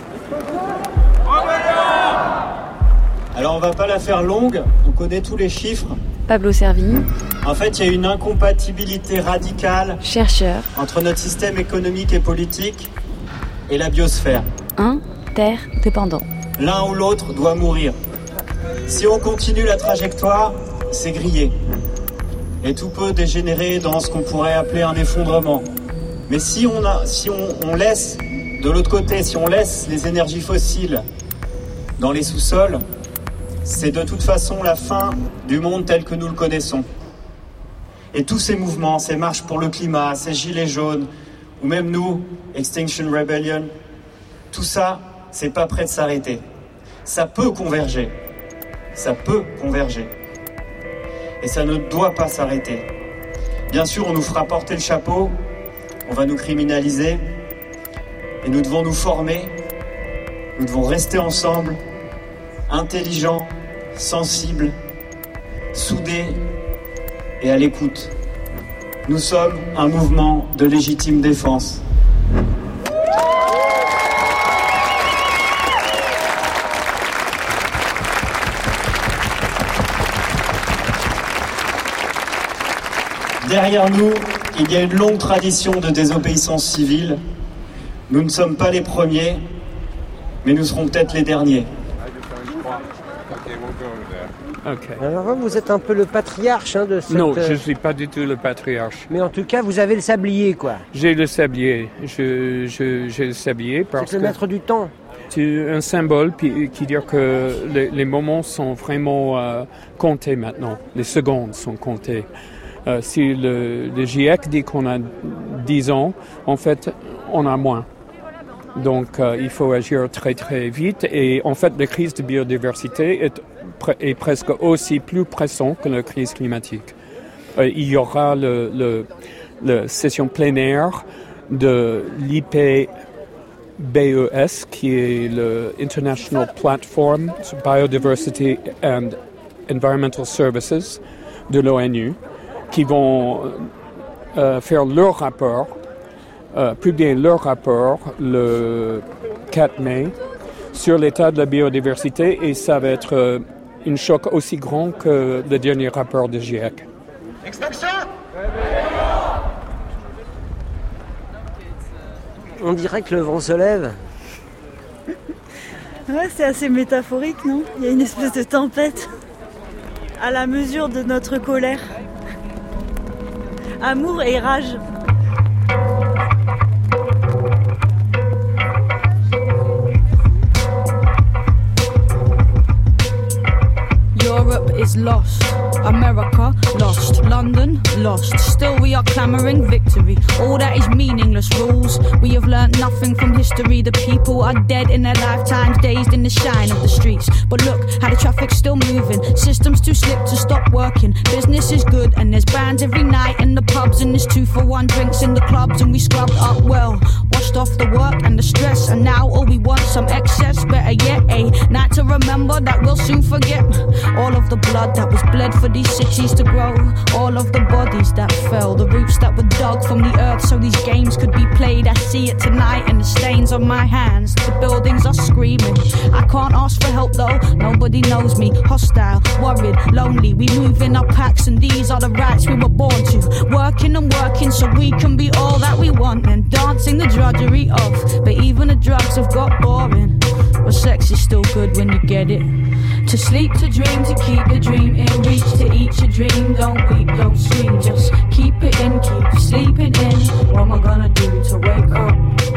Alors on va pas la faire longue, on connaît tous les chiffres. Pablo Servigne. En fait, il y a une incompatibilité radicale, chercheur, entre notre système économique et politique et la biosphère. Interdépendant. L'un ou l'autre doit mourir. Si on continue la trajectoire, c'est grillé. Et tout peut dégénérer dans ce qu'on pourrait appeler un effondrement. Mais si on laisse, de l'autre côté, si on laisse les énergies fossiles dans les sous-sols, c'est de toute façon la fin du monde tel que nous le connaissons. Et tous ces mouvements, ces marches pour le climat, ces gilets jaunes, ou même nous, Extinction Rebellion, tout ça, c'est pas prêt de s'arrêter. Ça peut converger. Ça peut converger. Et ça ne doit pas s'arrêter. Bien sûr, on nous fera porter le chapeau, on va nous criminaliser, et nous devons nous former, nous devons rester ensemble, intelligents, sensibles, soudés et à l'écoute. Nous sommes un mouvement de légitime défense. Derrière nous, il y a une longue tradition de désobéissance civile. Nous ne sommes pas les premiers, mais nous serons peut-être les derniers. Okay. Alors vous êtes un peu le patriarche de cette... Non, je ne suis pas du tout le patriarche. Mais en tout cas, vous avez le sablier, quoi. J'ai le sablier. J'ai le sablier parce que... C'est le maître du temps. C'est un symbole qui dit que les moments sont vraiment comptés maintenant. Les secondes sont comptées. Si le GIEC dit qu'on a 10 ans, en fait, on a moins. Donc, il faut agir très, très vite. Et en fait, la crise de biodiversité est presque aussi plus pressante que la crise climatique. Il y aura la session plénière de l'IPBES, qui est le International Platform Biodiversity and Environmental Services de l'ONU, qui vont faire leur rapport, publier leur rapport le 4 mai sur l'état de la biodiversité, et ça va être un choc aussi grand que le dernier rapport de GIEC. Extinction! On dirait que le vent se lève. Ouais, c'est assez métaphorique, non? Il y a une espèce de tempête à la mesure de notre colère. Amour et rage. Europe is lost, America lost, London lost. Still we are clamouring victory. All that is meaningless rules. We have learnt nothing from history. The people are dead in their lifetimes, dazed in the shine of the streets. But look how the traffic's still moving. Systems too slick to stop working. Business is good and there's bands every night in the pubs, and there's 2-for-1 drinks in the clubs, and we scrubbed up well, washed off the work and the stress, and now all we want some excess. Better yet, a night to remember that we'll soon forget. All of the blood that was bled for these cities to grow, all of the bodies that fell, the roots that were dug from the earth so these games could be played. I see it tonight in the stains on my hands. The buildings are screaming. I can't ask for help though, nobody knows me. Hostile, worried, lonely. We move in our packs and these are the rights we were born to. Working and working so we can be all that we want, and dancing the drudgery of. But even the drugs have got boring. But sex is still good when you get it. To sleep, to dream, to keep the dream in reach. To eat your dream, don't weep, don't scream. Just keep it in, keep sleeping in. What am I gonna do to wake up?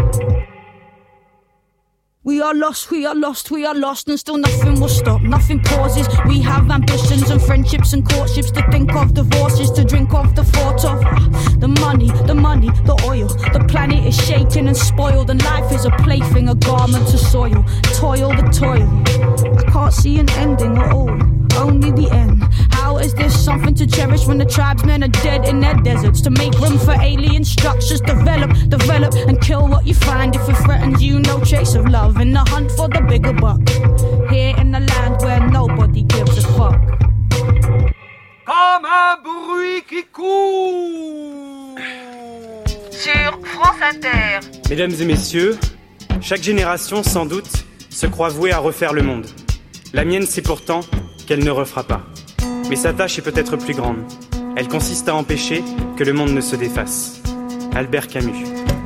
We are lost, we are lost, we are lost, and still nothing will stop, nothing pauses. We have ambitions and friendships and courtships, to think of divorces, to drink of the thought of the money, the oil. The planet is shaken and spoiled, and life is a plaything, a garment to soil. Toil, the toil. I can't see an ending at all, only the end. How is this something to cherish when the tribesmen are dead in their deserts? To make room for alien structures, develop, and kill what you find if it threatens you. No trace of love in the hunt for the bigger buck. Here in the land where nobody gives a fuck. Comme un bruit qui court sur France Inter. Mesdames et messieurs, chaque génération, sans doute, se croit vouée à refaire le monde. La mienne sait pourtant qu'elle ne refera pas. Mais sa tâche est peut-être plus grande. Elle consiste à empêcher que le monde ne se déface. Albert Camus.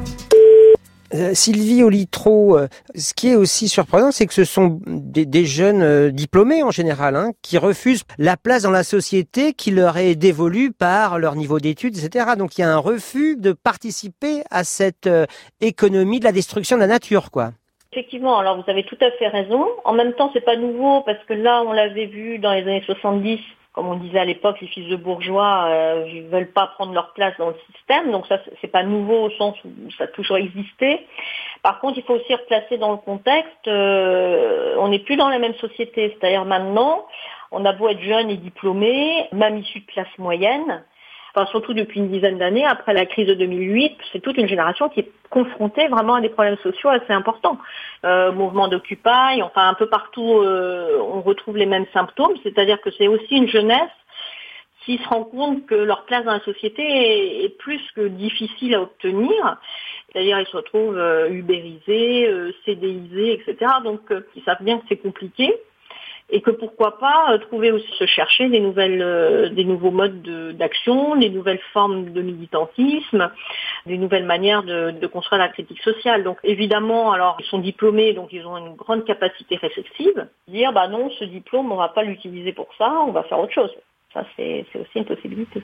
Sylvie Olitro, ce qui est aussi surprenant, c'est que ce sont des jeunes diplômés en général, qui refusent la place dans la société qui leur est dévolue par leur niveau d'études, etc. Donc il y a un refus de participer à cette économie de la destruction de la nature, quoi. Effectivement, alors vous avez tout à fait raison. En même temps, c'est pas nouveau parce que là, on l'avait vu dans les années 70, comme on disait à l'époque, les fils de bourgeois ils veulent pas prendre leur place dans le système. Donc ça, c'est pas nouveau au sens où ça a toujours existé. Par contre, il faut aussi replacer dans le contexte. On n'est plus dans la même société. C'est-à-dire maintenant, on a beau être jeune et diplômé, même issu de classe moyenne. Enfin, surtout depuis une dizaine d'années, après la crise de 2008, c'est toute une génération qui est confrontée vraiment à des problèmes sociaux assez importants. Mouvement d'Occupy, enfin un peu partout, on retrouve les mêmes symptômes, c'est-à-dire que c'est aussi une jeunesse qui se rend compte que leur place dans la société est plus que difficile à obtenir. C'est-à-dire ils se retrouvent ubérisés, CDisés, etc. Donc ils savent bien que c'est compliqué. Et que pourquoi pas trouver aussi, se chercher des nouveaux modes d'action, des nouvelles formes de militantisme, des nouvelles manières de construire la critique sociale. Donc évidemment, alors ils sont diplômés, donc ils ont une grande capacité réflexive. Dire bah non, ce diplôme on va pas l'utiliser pour ça, on va faire autre chose. Ça c'est aussi une possibilité.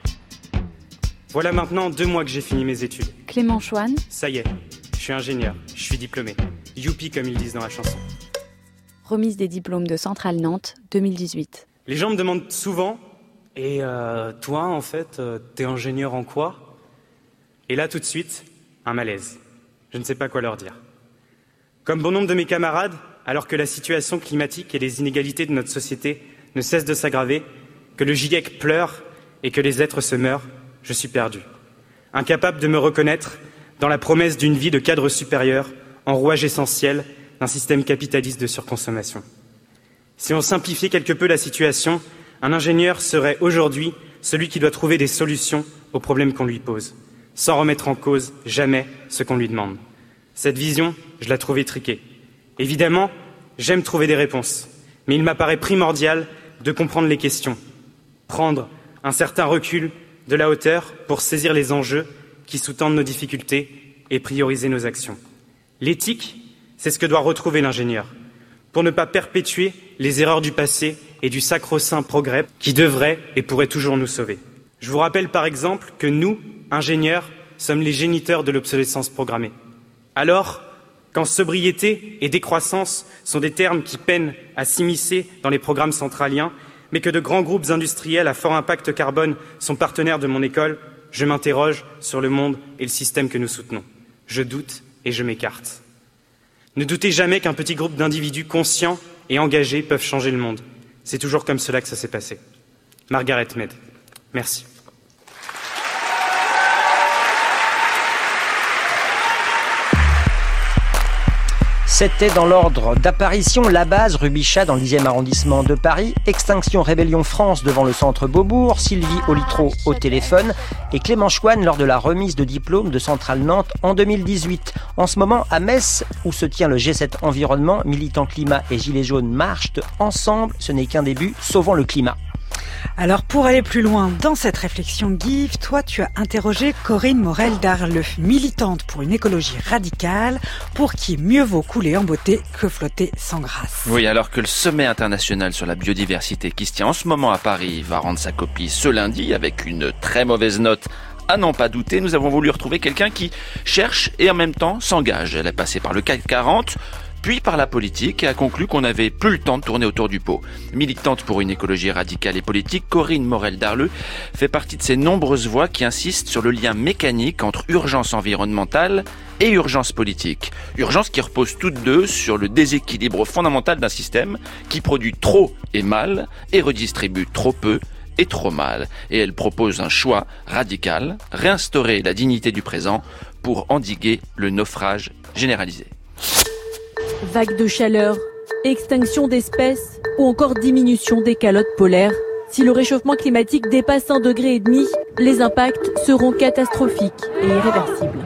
Voilà maintenant 2 mois que j'ai fini mes études. Clément Chouane. Ça y est, je suis ingénieur, je suis diplômé. Youpi comme ils disent dans la chanson. Remise des diplômes de Centrale Nantes 2018. Les gens me demandent souvent « Et toi, en fait, t'es ingénieur en quoi ?» Et là, tout de suite, un malaise. Je ne sais pas quoi leur dire. Comme bon nombre de mes camarades, alors que la situation climatique et les inégalités de notre société ne cessent de s'aggraver, que le GIEC pleure et que les êtres se meurent, je suis perdu. Incapable de me reconnaître dans la promesse d'une vie de cadre supérieur, en rouage essentiel d'un système capitaliste de surconsommation. Si on simplifiait quelque peu la situation, un ingénieur serait aujourd'hui celui qui doit trouver des solutions aux problèmes qu'on lui pose, sans remettre en cause jamais ce qu'on lui demande. Cette vision, je la trouve étriquée. Évidemment, j'aime trouver des réponses, mais il m'apparaît primordial de comprendre les questions, prendre un certain recul, de la hauteur pour saisir les enjeux qui sous-tendent nos difficultés et prioriser nos actions. L'éthique, c'est ce que doit retrouver l'ingénieur, pour ne pas perpétuer les erreurs du passé et du sacro-saint progrès qui devrait et pourrait toujours nous sauver. Je vous rappelle par exemple que nous, ingénieurs, sommes les géniteurs de l'obsolescence programmée. Alors, quand sobriété et décroissance sont des termes qui peinent à s'immiscer dans les programmes centraliens, mais que de grands groupes industriels à fort impact carbone sont partenaires de mon école, je m'interroge sur le monde et le système que nous soutenons. Je doute et je m'écarte. Ne doutez jamais qu'un petit groupe d'individus conscients et engagés peuvent changer le monde. C'est toujours comme cela que ça s'est passé. Margaret Mead. Merci. C'était dans l'ordre d'apparition La Base, rue Bichat, dans le 10e arrondissement de Paris, Extinction Rébellion France devant le centre Beaubourg, Sylvie Olitro au téléphone et Clément Chouane lors de la remise de diplôme de Centrale Nantes en 2018. En ce moment, à Metz, où se tient le G7 Environnement, militants climat et gilets jaunes marchent ensemble. Ce n'est qu'un début, sauvons le climat. Alors pour aller plus loin dans cette réflexion, Guy, toi tu as interrogé Corinne Morel-Darleux, militante pour une écologie radicale, pour qui mieux vaut couler en beauté que flotter sans grâce. Oui, alors que le sommet international sur la biodiversité qui se tient en ce moment à Paris va rendre sa copie ce lundi avec une très mauvaise note, à n'en pas douter, nous avons voulu retrouver quelqu'un qui cherche et en même temps s'engage. Elle est passée par le CAC 40, puis par la politique et a conclu qu'on n'avait plus le temps de tourner autour du pot. Militante pour une écologie radicale et politique, Corinne Morel-Darleux fait partie de ces nombreuses voix qui insistent sur le lien mécanique entre urgence environnementale et urgence politique. Urgence qui repose toutes deux sur le déséquilibre fondamental d'un système qui produit trop et mal et redistribue trop peu et trop mal. Et elle propose un choix radical, réinstaurer la dignité du présent pour endiguer le naufrage généralisé. Vagues de chaleur, extinction d'espèces ou encore diminution des calottes polaires. Si le réchauffement climatique dépasse 1,5 degré, les impacts seront catastrophiques et irréversibles.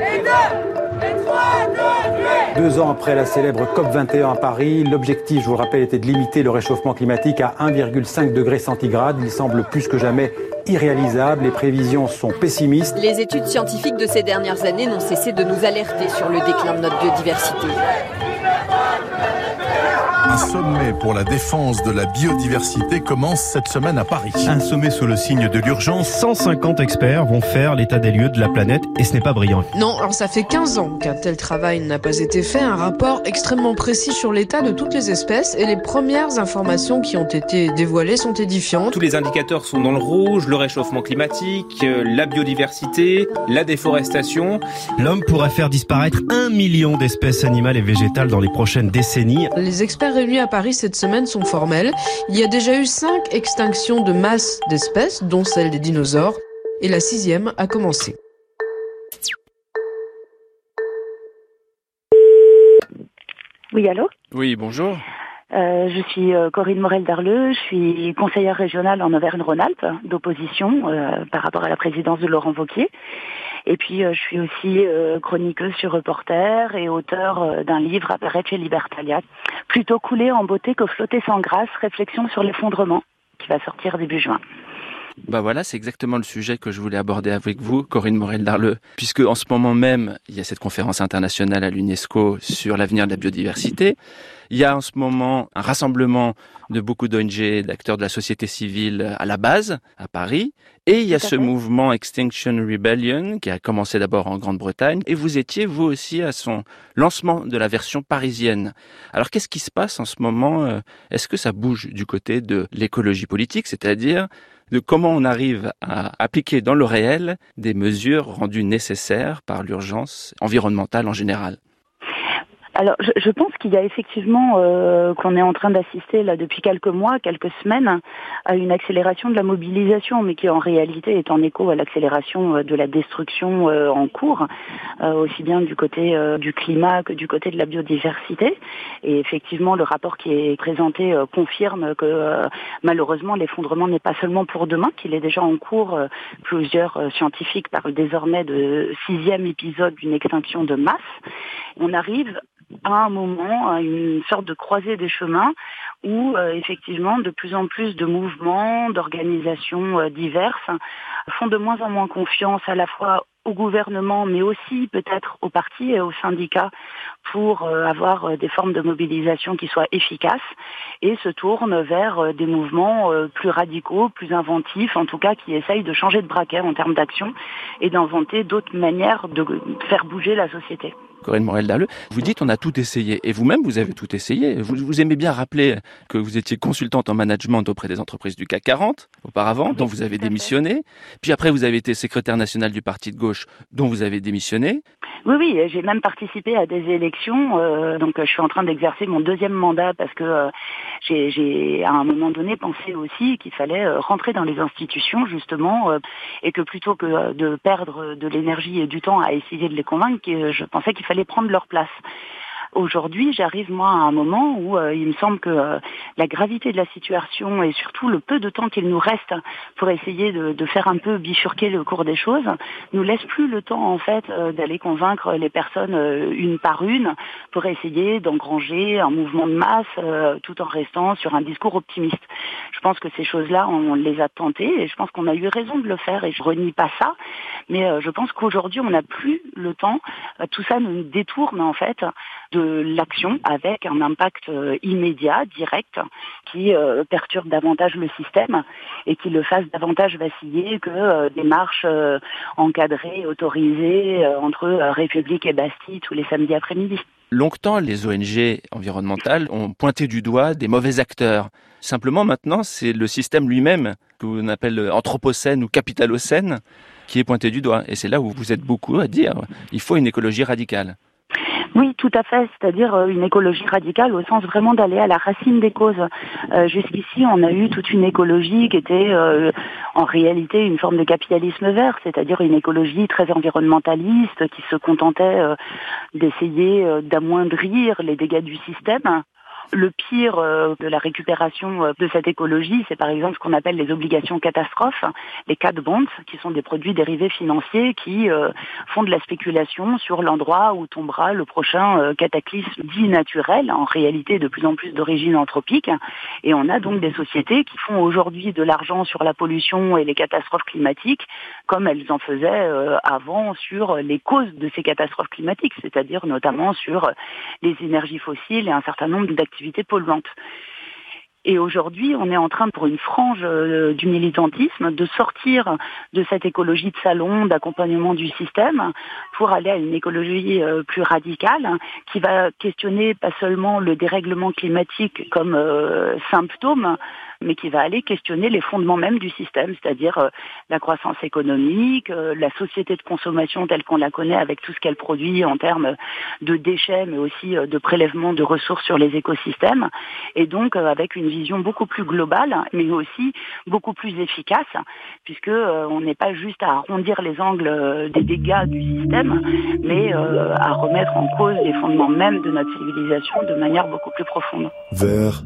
2 ans après la célèbre COP21 à Paris, l'objectif, je vous le rappelle, était de limiter le réchauffement climatique à 1,5 degré centigrade. Il semble plus que jamais irréalisable. Les prévisions sont pessimistes. Les études scientifiques de ces dernières années n'ont cessé de nous alerter sur le déclin de notre biodiversité. Un sommet pour la défense de la biodiversité commence cette semaine à Paris. Un sommet sous le signe de l'urgence. 150 experts vont faire l'état des lieux de la planète et ce n'est pas brillant. Non, alors ça fait 15 ans qu'un tel travail n'a pas été fait. Un rapport extrêmement précis sur l'état de toutes les espèces et les premières informations qui ont été dévoilées sont édifiantes. Tous les indicateurs sont dans le rouge, le réchauffement climatique, la biodiversité, la déforestation. L'homme pourrait faire disparaître 1 million d'espèces animales et végétales dans les prochaines décennies. Les experts réunis à Paris cette semaine sont formels. Il y a déjà eu 5 extinctions de masse d'espèces, dont celle des dinosaures, et la 6e a commencé. Oui, allô ? Oui, bonjour. Je suis Corinne Morel-Darleux, je suis conseillère régionale en Auvergne-Rhône-Alpes d'opposition par rapport à la présidence de Laurent Wauquiez. Et puis je suis aussi chroniqueuse sur Reporter et auteure d'un livre à paraître chez Libertalia. Plutôt couler en beauté que flotter sans grâce, réflexion sur l'effondrement, qui va sortir début juin. Bah voilà, c'est exactement le sujet que je voulais aborder avec vous, Corinne Morel-Darleux, puisque en ce moment même, il y a cette conférence internationale à l'UNESCO sur l'avenir de la biodiversité. Il y a en ce moment un rassemblement de beaucoup d'ONG, d'acteurs de la société civile à la base, à Paris. Et il y a ce mouvement Extinction Rebellion qui a commencé d'abord en Grande-Bretagne. Et vous étiez, vous aussi, à son lancement de la version parisienne. Alors, qu'est-ce qui se passe en ce moment ? Est-ce que ça bouge du côté de l'écologie politique, c'est-à-dire de comment on arrive à appliquer dans le réel des mesures rendues nécessaires par l'urgence environnementale en général ? Alors, je pense qu'il y a effectivement qu'on est en train d'assister là depuis quelques mois, quelques semaines, à une accélération de la mobilisation, mais qui en réalité est en écho à l'accélération de la destruction en cours, aussi bien du côté du climat que du côté de la biodiversité. Et effectivement, le rapport qui est présenté confirme que malheureusement l'effondrement n'est pas seulement pour demain, qu'il est déjà en cours. Plusieurs scientifiques parlent désormais de 6e épisode d'une extinction de masse. On arrive à un moment, à une sorte de croisée des chemins où effectivement de plus en plus de mouvements, d'organisations diverses font de moins en moins confiance à la fois au gouvernement, mais aussi peut-être aux partis et aux syndicats pour avoir des formes de mobilisation qui soient efficaces et se tournent vers des mouvements plus radicaux, plus inventifs, en tout cas qui essayent de changer de braquet en termes d'action et d'inventer d'autres manières de faire bouger la société. Corinne Morel-Darleux, vous dites on a tout essayé, et vous-même vous avez tout essayé. Vous aimez bien rappeler que vous étiez consultante en management auprès des entreprises du CAC 40 auparavant, dont vous avez démissionné, puis après vous avez été secrétaire nationale du parti de gauche, dont vous avez démissionné. Oui, j'ai même participé à des élections, donc je suis en train d'exercer mon 2e mandat parce que j'ai à un moment donné pensé aussi qu'il fallait rentrer dans les institutions justement et que plutôt que de perdre de l'énergie et du temps à essayer de les convaincre, je pensais qu'il fallait prendre leur place. Aujourd'hui, j'arrive moi à un moment où il me semble que la gravité de la situation et surtout le peu de temps qu'il nous reste pour essayer de faire un peu bifurquer le cours des choses nous laisse plus le temps en fait d'aller convaincre les personnes une par une pour essayer d'engranger un mouvement de masse tout en restant sur un discours optimiste. Je pense que ces choses-là, on les a tentées et je pense qu'on a eu raison de le faire et je renie pas ça. Mais je pense qu'aujourd'hui, on n'a plus le temps. Tout ça nous détourne en fait de l'action avec un impact immédiat, direct, qui perturbe davantage le système et qui le fasse davantage vaciller que des marches encadrées, autorisées entre République et Bastille tous les samedis après-midi. Longtemps, les ONG environnementales ont pointé du doigt des mauvais acteurs. Simplement, maintenant, c'est le système lui-même, que l'on appelle anthropocène ou capitalocène, qui est pointé du doigt. Et c'est là où vous êtes beaucoup à dire il faut une écologie radicale. Oui, tout à fait, c'est-à-dire une écologie radicale au sens vraiment d'aller à la racine des causes. Jusqu'ici, on a eu toute une écologie qui était en réalité une forme de capitalisme vert, c'est-à-dire une écologie très environnementaliste qui se contentait d'essayer d'amoindrir les dégâts du système. Le pire de la récupération de cette écologie, c'est par exemple ce qu'on appelle les obligations catastrophes, les cat bonds, qui sont des produits dérivés financiers qui font de la spéculation sur l'endroit où tombera le prochain cataclysme dit naturel, en réalité de plus en plus d'origine anthropique. Et on a donc des sociétés qui font aujourd'hui de l'argent sur la pollution et les catastrophes climatiques, comme elles en faisaient avant sur les causes de ces catastrophes climatiques, c'est-à-dire notamment sur les énergies fossiles et un certain nombre d'activités polluantes. Et aujourd'hui, on est en train, pour une frange du militantisme, de sortir de cette écologie de salon, d'accompagnement du système, pour aller à une écologie plus radicale, qui va questionner pas seulement le dérèglement climatique comme symptôme, mais qui va aller questionner les fondements même du système, c'est-à-dire la croissance économique, la société de consommation telle qu'on la connaît avec tout ce qu'elle produit en termes de déchets, mais aussi de prélèvement de ressources sur les écosystèmes, et donc avec une vision beaucoup plus globale, mais aussi beaucoup plus efficace, puisque on n'est pas juste à arrondir les angles des dégâts du système, mais à remettre en cause les fondements même de notre civilisation de manière beaucoup plus profonde. Vert,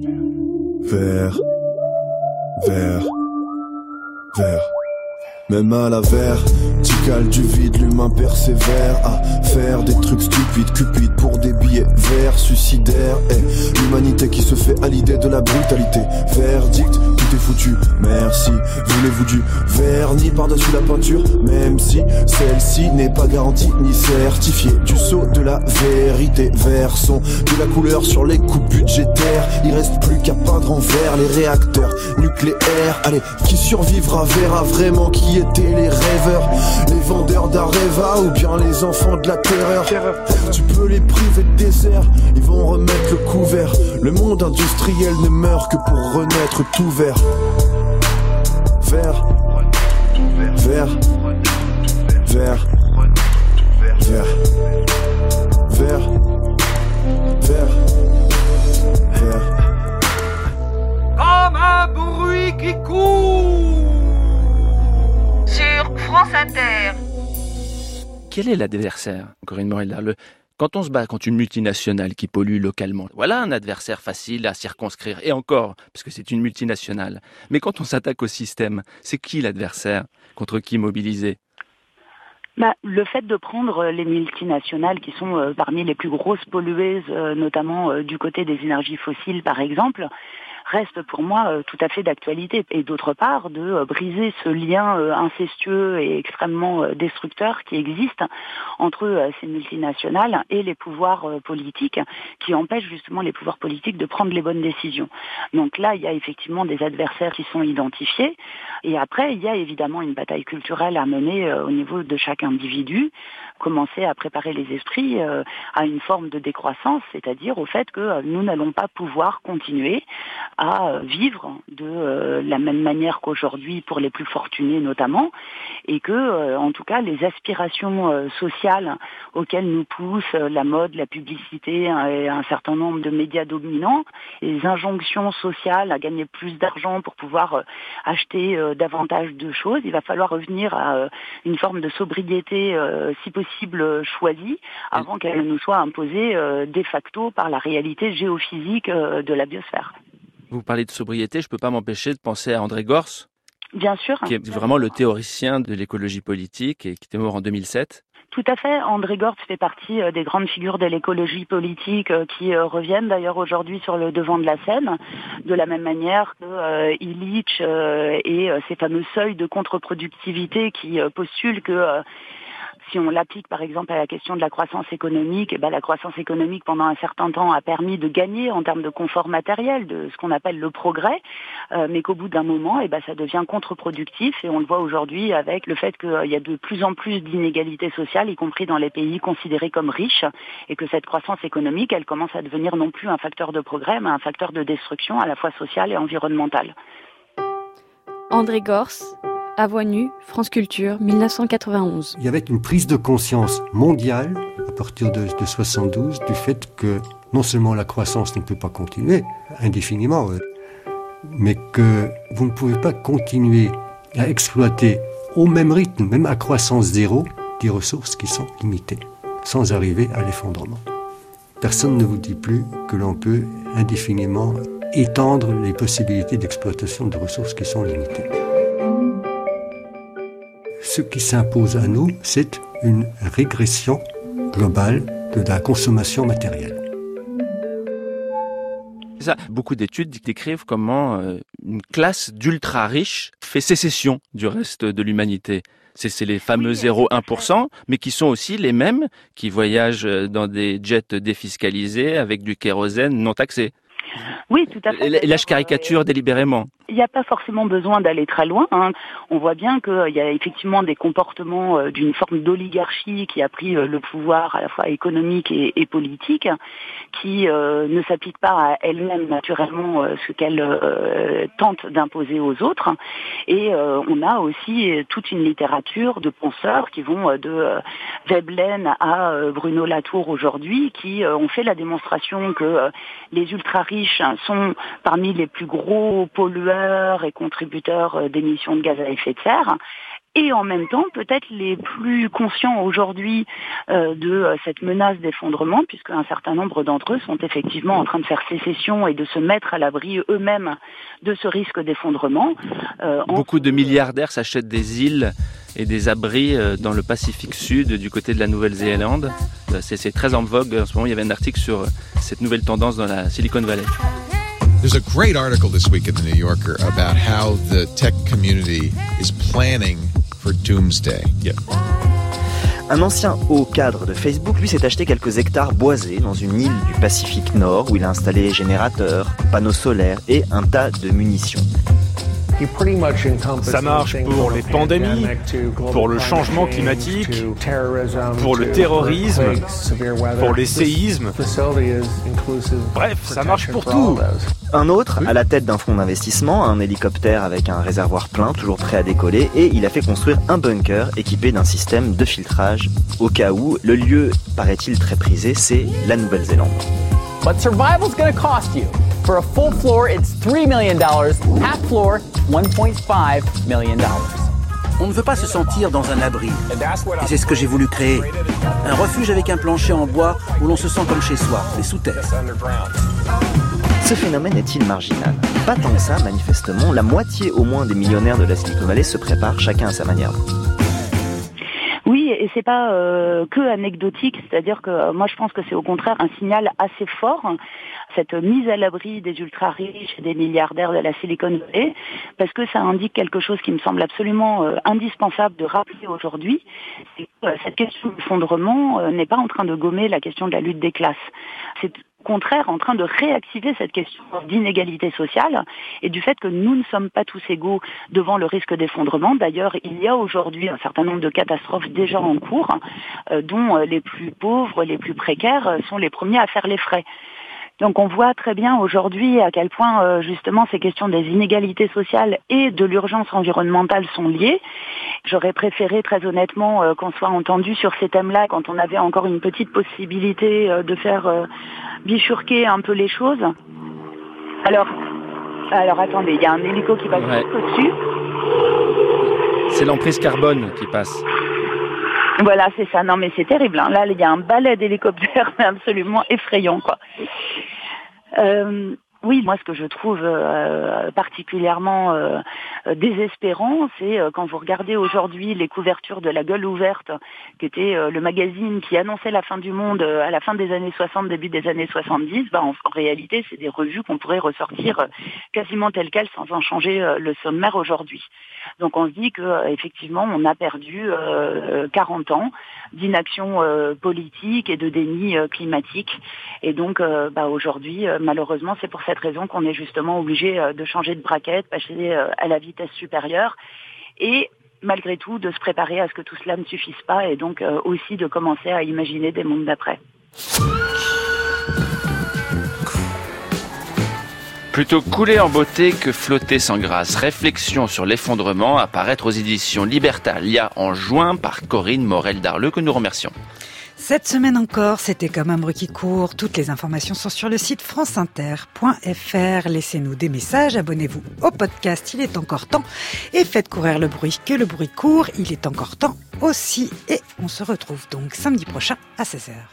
même à la verticale du vide, l'humain persévère à faire des trucs stupides, cupides pour des billets verts, suicidaires. Et l'humanité qui se fait à l'idée de la brutalité. Verdict, tout est foutu, merci. Voulez-vous du vernis par-dessus la peinture, même si celle-ci n'est pas garantie ni certifiée. Du sceau de la vérité, versons de la couleur sur les coupes budgétaires. Il reste plus qu'à peindre en vert les réacteurs nucléaires. Allez, qui survivra verra vraiment qui étaient les rêveurs, les vendeurs d'Areva ou bien les enfants de la terreur. Tu peux les priver de désert, ils vont remettre le couvert. Le monde industriel ne meurt que pour renaître tout vert. Vert, vert, vert, vert, vert, vert, vert. Comme un bruit qui court sur France Inter. Quel est l'adversaire, Corinne Morel-Darleux ? Quand on se bat contre une multinationale qui pollue localement, voilà un adversaire facile à circonscrire. Et encore, parce que c'est une multinationale. Mais quand on s'attaque au système, c'est qui l'adversaire ? Contre qui mobiliser ? Le fait de prendre les multinationales qui sont parmi les plus grosses pollueuses, notamment du côté des énergies fossiles par exemple, reste pour moi tout à fait d'actualité. Et d'autre part, de briser ce lien incestueux et extrêmement destructeur qui existe entre ces multinationales et les pouvoirs politiques, qui empêchent justement les pouvoirs politiques de prendre les bonnes décisions. Donc là, il y a effectivement des adversaires qui sont identifiés. Et après, il y a évidemment une bataille culturelle à mener au niveau de chaque individu, commencer à préparer les esprits à une forme de décroissance, c'est-à-dire au fait que nous n'allons pas pouvoir continuer à vivre de la même manière qu'aujourd'hui pour les plus fortunés notamment, et que en tout cas les aspirations sociales auxquelles nous pousse la mode, la publicité et un certain nombre de médias dominants, les injonctions sociales à gagner plus d'argent pour pouvoir acheter davantage de choses, il va falloir revenir à une forme de sobriété si possible choisie avant qu'elle ne nous soit imposée de facto par la réalité géophysique de la biosphère. Vous parlez de sobriété, je ne peux pas m'empêcher de penser à André Gorz. Bien sûr. Qui est vraiment le théoricien de l'écologie politique et qui était mort en 2007. Tout à fait. André Gortz fait partie des grandes figures de l'écologie politique qui reviennent d'ailleurs aujourd'hui sur le devant de la scène, de la même manière que Illich et ces fameux seuils de contre-productivité qui postulent que si on l'applique par exemple à la question de la croissance économique, la croissance économique pendant un certain temps a permis de gagner en termes de confort matériel, de ce qu'on appelle le progrès, mais qu'au bout d'un moment, ça devient contre-productif et on le voit aujourd'hui avec le fait qu'il y a de plus en plus d'inégalités sociales, y compris dans les pays considérés comme riches, et que cette croissance économique, elle commence à devenir non plus un facteur de progrès, mais un facteur de destruction à la fois sociale et environnementale. André Gortz, À voix nue, France Culture, 1991. Il y avait une prise de conscience mondiale, à partir de 72, du fait que non seulement la croissance ne peut pas continuer indéfiniment, mais que vous ne pouvez pas continuer à exploiter au même rythme, même à croissance zéro, des ressources qui sont limitées, sans arriver à l'effondrement. Personne ne vous dit plus que l'on peut indéfiniment étendre les possibilités d'exploitation de ressources qui sont limitées. Ce qui s'impose à nous, c'est une régression globale de la consommation matérielle. C'est ça. Beaucoup d'études décrivent comment une classe d'ultra-riches fait sécession du reste de l'humanité. C'est les fameux 0,1%, mais qui sont aussi les mêmes qui voyagent dans des jets défiscalisés avec du kérosène non taxé. Oui, tout à fait. Et là, je caricature délibérément. Il n'y a pas forcément besoin d'aller très loin. On voit bien qu'il y a effectivement des comportements d'une forme d'oligarchie qui a pris le pouvoir à la fois économique et politique, qui ne s'applique pas à elle-même naturellement ce qu'elle tente d'imposer aux autres. Et on a aussi toute une littérature de penseurs qui vont de Veblen à Bruno Latour aujourd'hui, qui ont fait la démonstration que les ultra-riches sont parmi les plus gros pollueurs et contributeurs d'émissions de gaz à effet de serre, et en même temps peut-être les plus conscients aujourd'hui de cette menace d'effondrement, puisque un certain nombre d'entre eux sont effectivement en train de faire sécession et de se mettre à l'abri eux-mêmes de ce risque d'effondrement. Beaucoup de milliardaires s'achètent des îles et des abris dans le Pacifique Sud, du côté de la Nouvelle-Zélande. C'est très en vogue. En ce moment, il y avait un article sur cette nouvelle tendance dans la Silicon Valley. There's a great article this week in the New Yorker about how the tech community is planning for doomsday. Yeah. Un ancien haut cadre de Facebook, lui, s'est acheté quelques hectares boisés dans une île du Pacifique Nord où il a installé générateurs, panneaux solaires et un tas de munitions. Ça marche pour les pandémies, pour le changement climatique, pour le terrorisme, pour les séismes. Bref, ça marche pour tout. Un autre, à la tête d'un fonds d'investissement, un hélicoptère avec un réservoir plein, toujours prêt à décoller, et il a fait construire un bunker équipé d'un système de filtrage au cas où. Le lieu, paraît-il très prisé, c'est la Nouvelle-Zélande. But survival's gonna cost you. For a full floor, it's $3 million. Half floor, $1.5 million. On ne veut pas se sentir dans un abri. Et c'est ce que j'ai voulu créer. Un refuge avec un plancher en bois où l'on se sent comme chez soi, mais sous terre. Ce phénomène est-il marginal ? Pas tant que ça, manifestement. La moitié au moins des millionnaires de la Silicon Valley se préparent chacun à sa manière. Oui, et c'est pas que anecdotique, c'est-à-dire que moi je pense que c'est au contraire un signal assez fort, cette mise à l'abri des ultra-riches et des milliardaires de la Silicon Valley, parce que ça indique quelque chose qui me semble absolument indispensable de rappeler aujourd'hui, c'est que cette question d'effondrement n'est pas en train de gommer la question de la lutte des classes. C'est au contraire en train de réactiver cette question d'inégalité sociale et du fait que nous ne sommes pas tous égaux devant le risque d'effondrement. D'ailleurs, il y a aujourd'hui un certain nombre de catastrophes déjà en cours, dont les plus pauvres, les plus précaires sont les premiers à faire les frais. Donc on voit très bien aujourd'hui à quel point justement ces questions des inégalités sociales et de l'urgence environnementale sont liées. J'aurais préféré très honnêtement qu'on soit entendu sur ces thèmes-là quand on avait encore une petite possibilité de faire bifurquer un peu les choses. Alors attendez, il y a un hélico qui passe juste au-dessus. C'est l'emprise carbone qui passe. Voilà, c'est ça. Non, mais c'est terrible. Hein. Là, il y a un balai d'hélicoptères absolument effrayant, quoi. Oui, moi ce que je trouve particulièrement désespérant, c'est quand vous regardez aujourd'hui les couvertures de La Gueule ouverte, qui était le magazine qui annonçait la fin du monde à la fin des années 60, début des années 70, en réalité c'est des revues qu'on pourrait ressortir quasiment telles quelles sans en changer le sommaire aujourd'hui. Donc on se dit que effectivement on a perdu 40 ans d'inaction politique et de déni climatique, et donc aujourd'hui malheureusement c'est pour cette raison qu'on est justement obligé de changer de braquette, passer à la vitesse supérieure et malgré tout de se préparer à ce que tout cela ne suffise pas, et donc aussi de commencer à imaginer des mondes d'après. Plutôt couler en beauté que flotter sans grâce. Réflexion sur l'effondrement à paraître aux éditions Libertalia en juin par Corinne Morel-Darleux, que nous remercions. Cette semaine encore, c'était Comme un bruit qui court. Toutes les informations sont sur le site franceinter.fr. Laissez-nous des messages, abonnez-vous au podcast, il est encore temps. Et faites courir le bruit, que le bruit court, il est encore temps aussi. Et on se retrouve donc samedi prochain à 16h.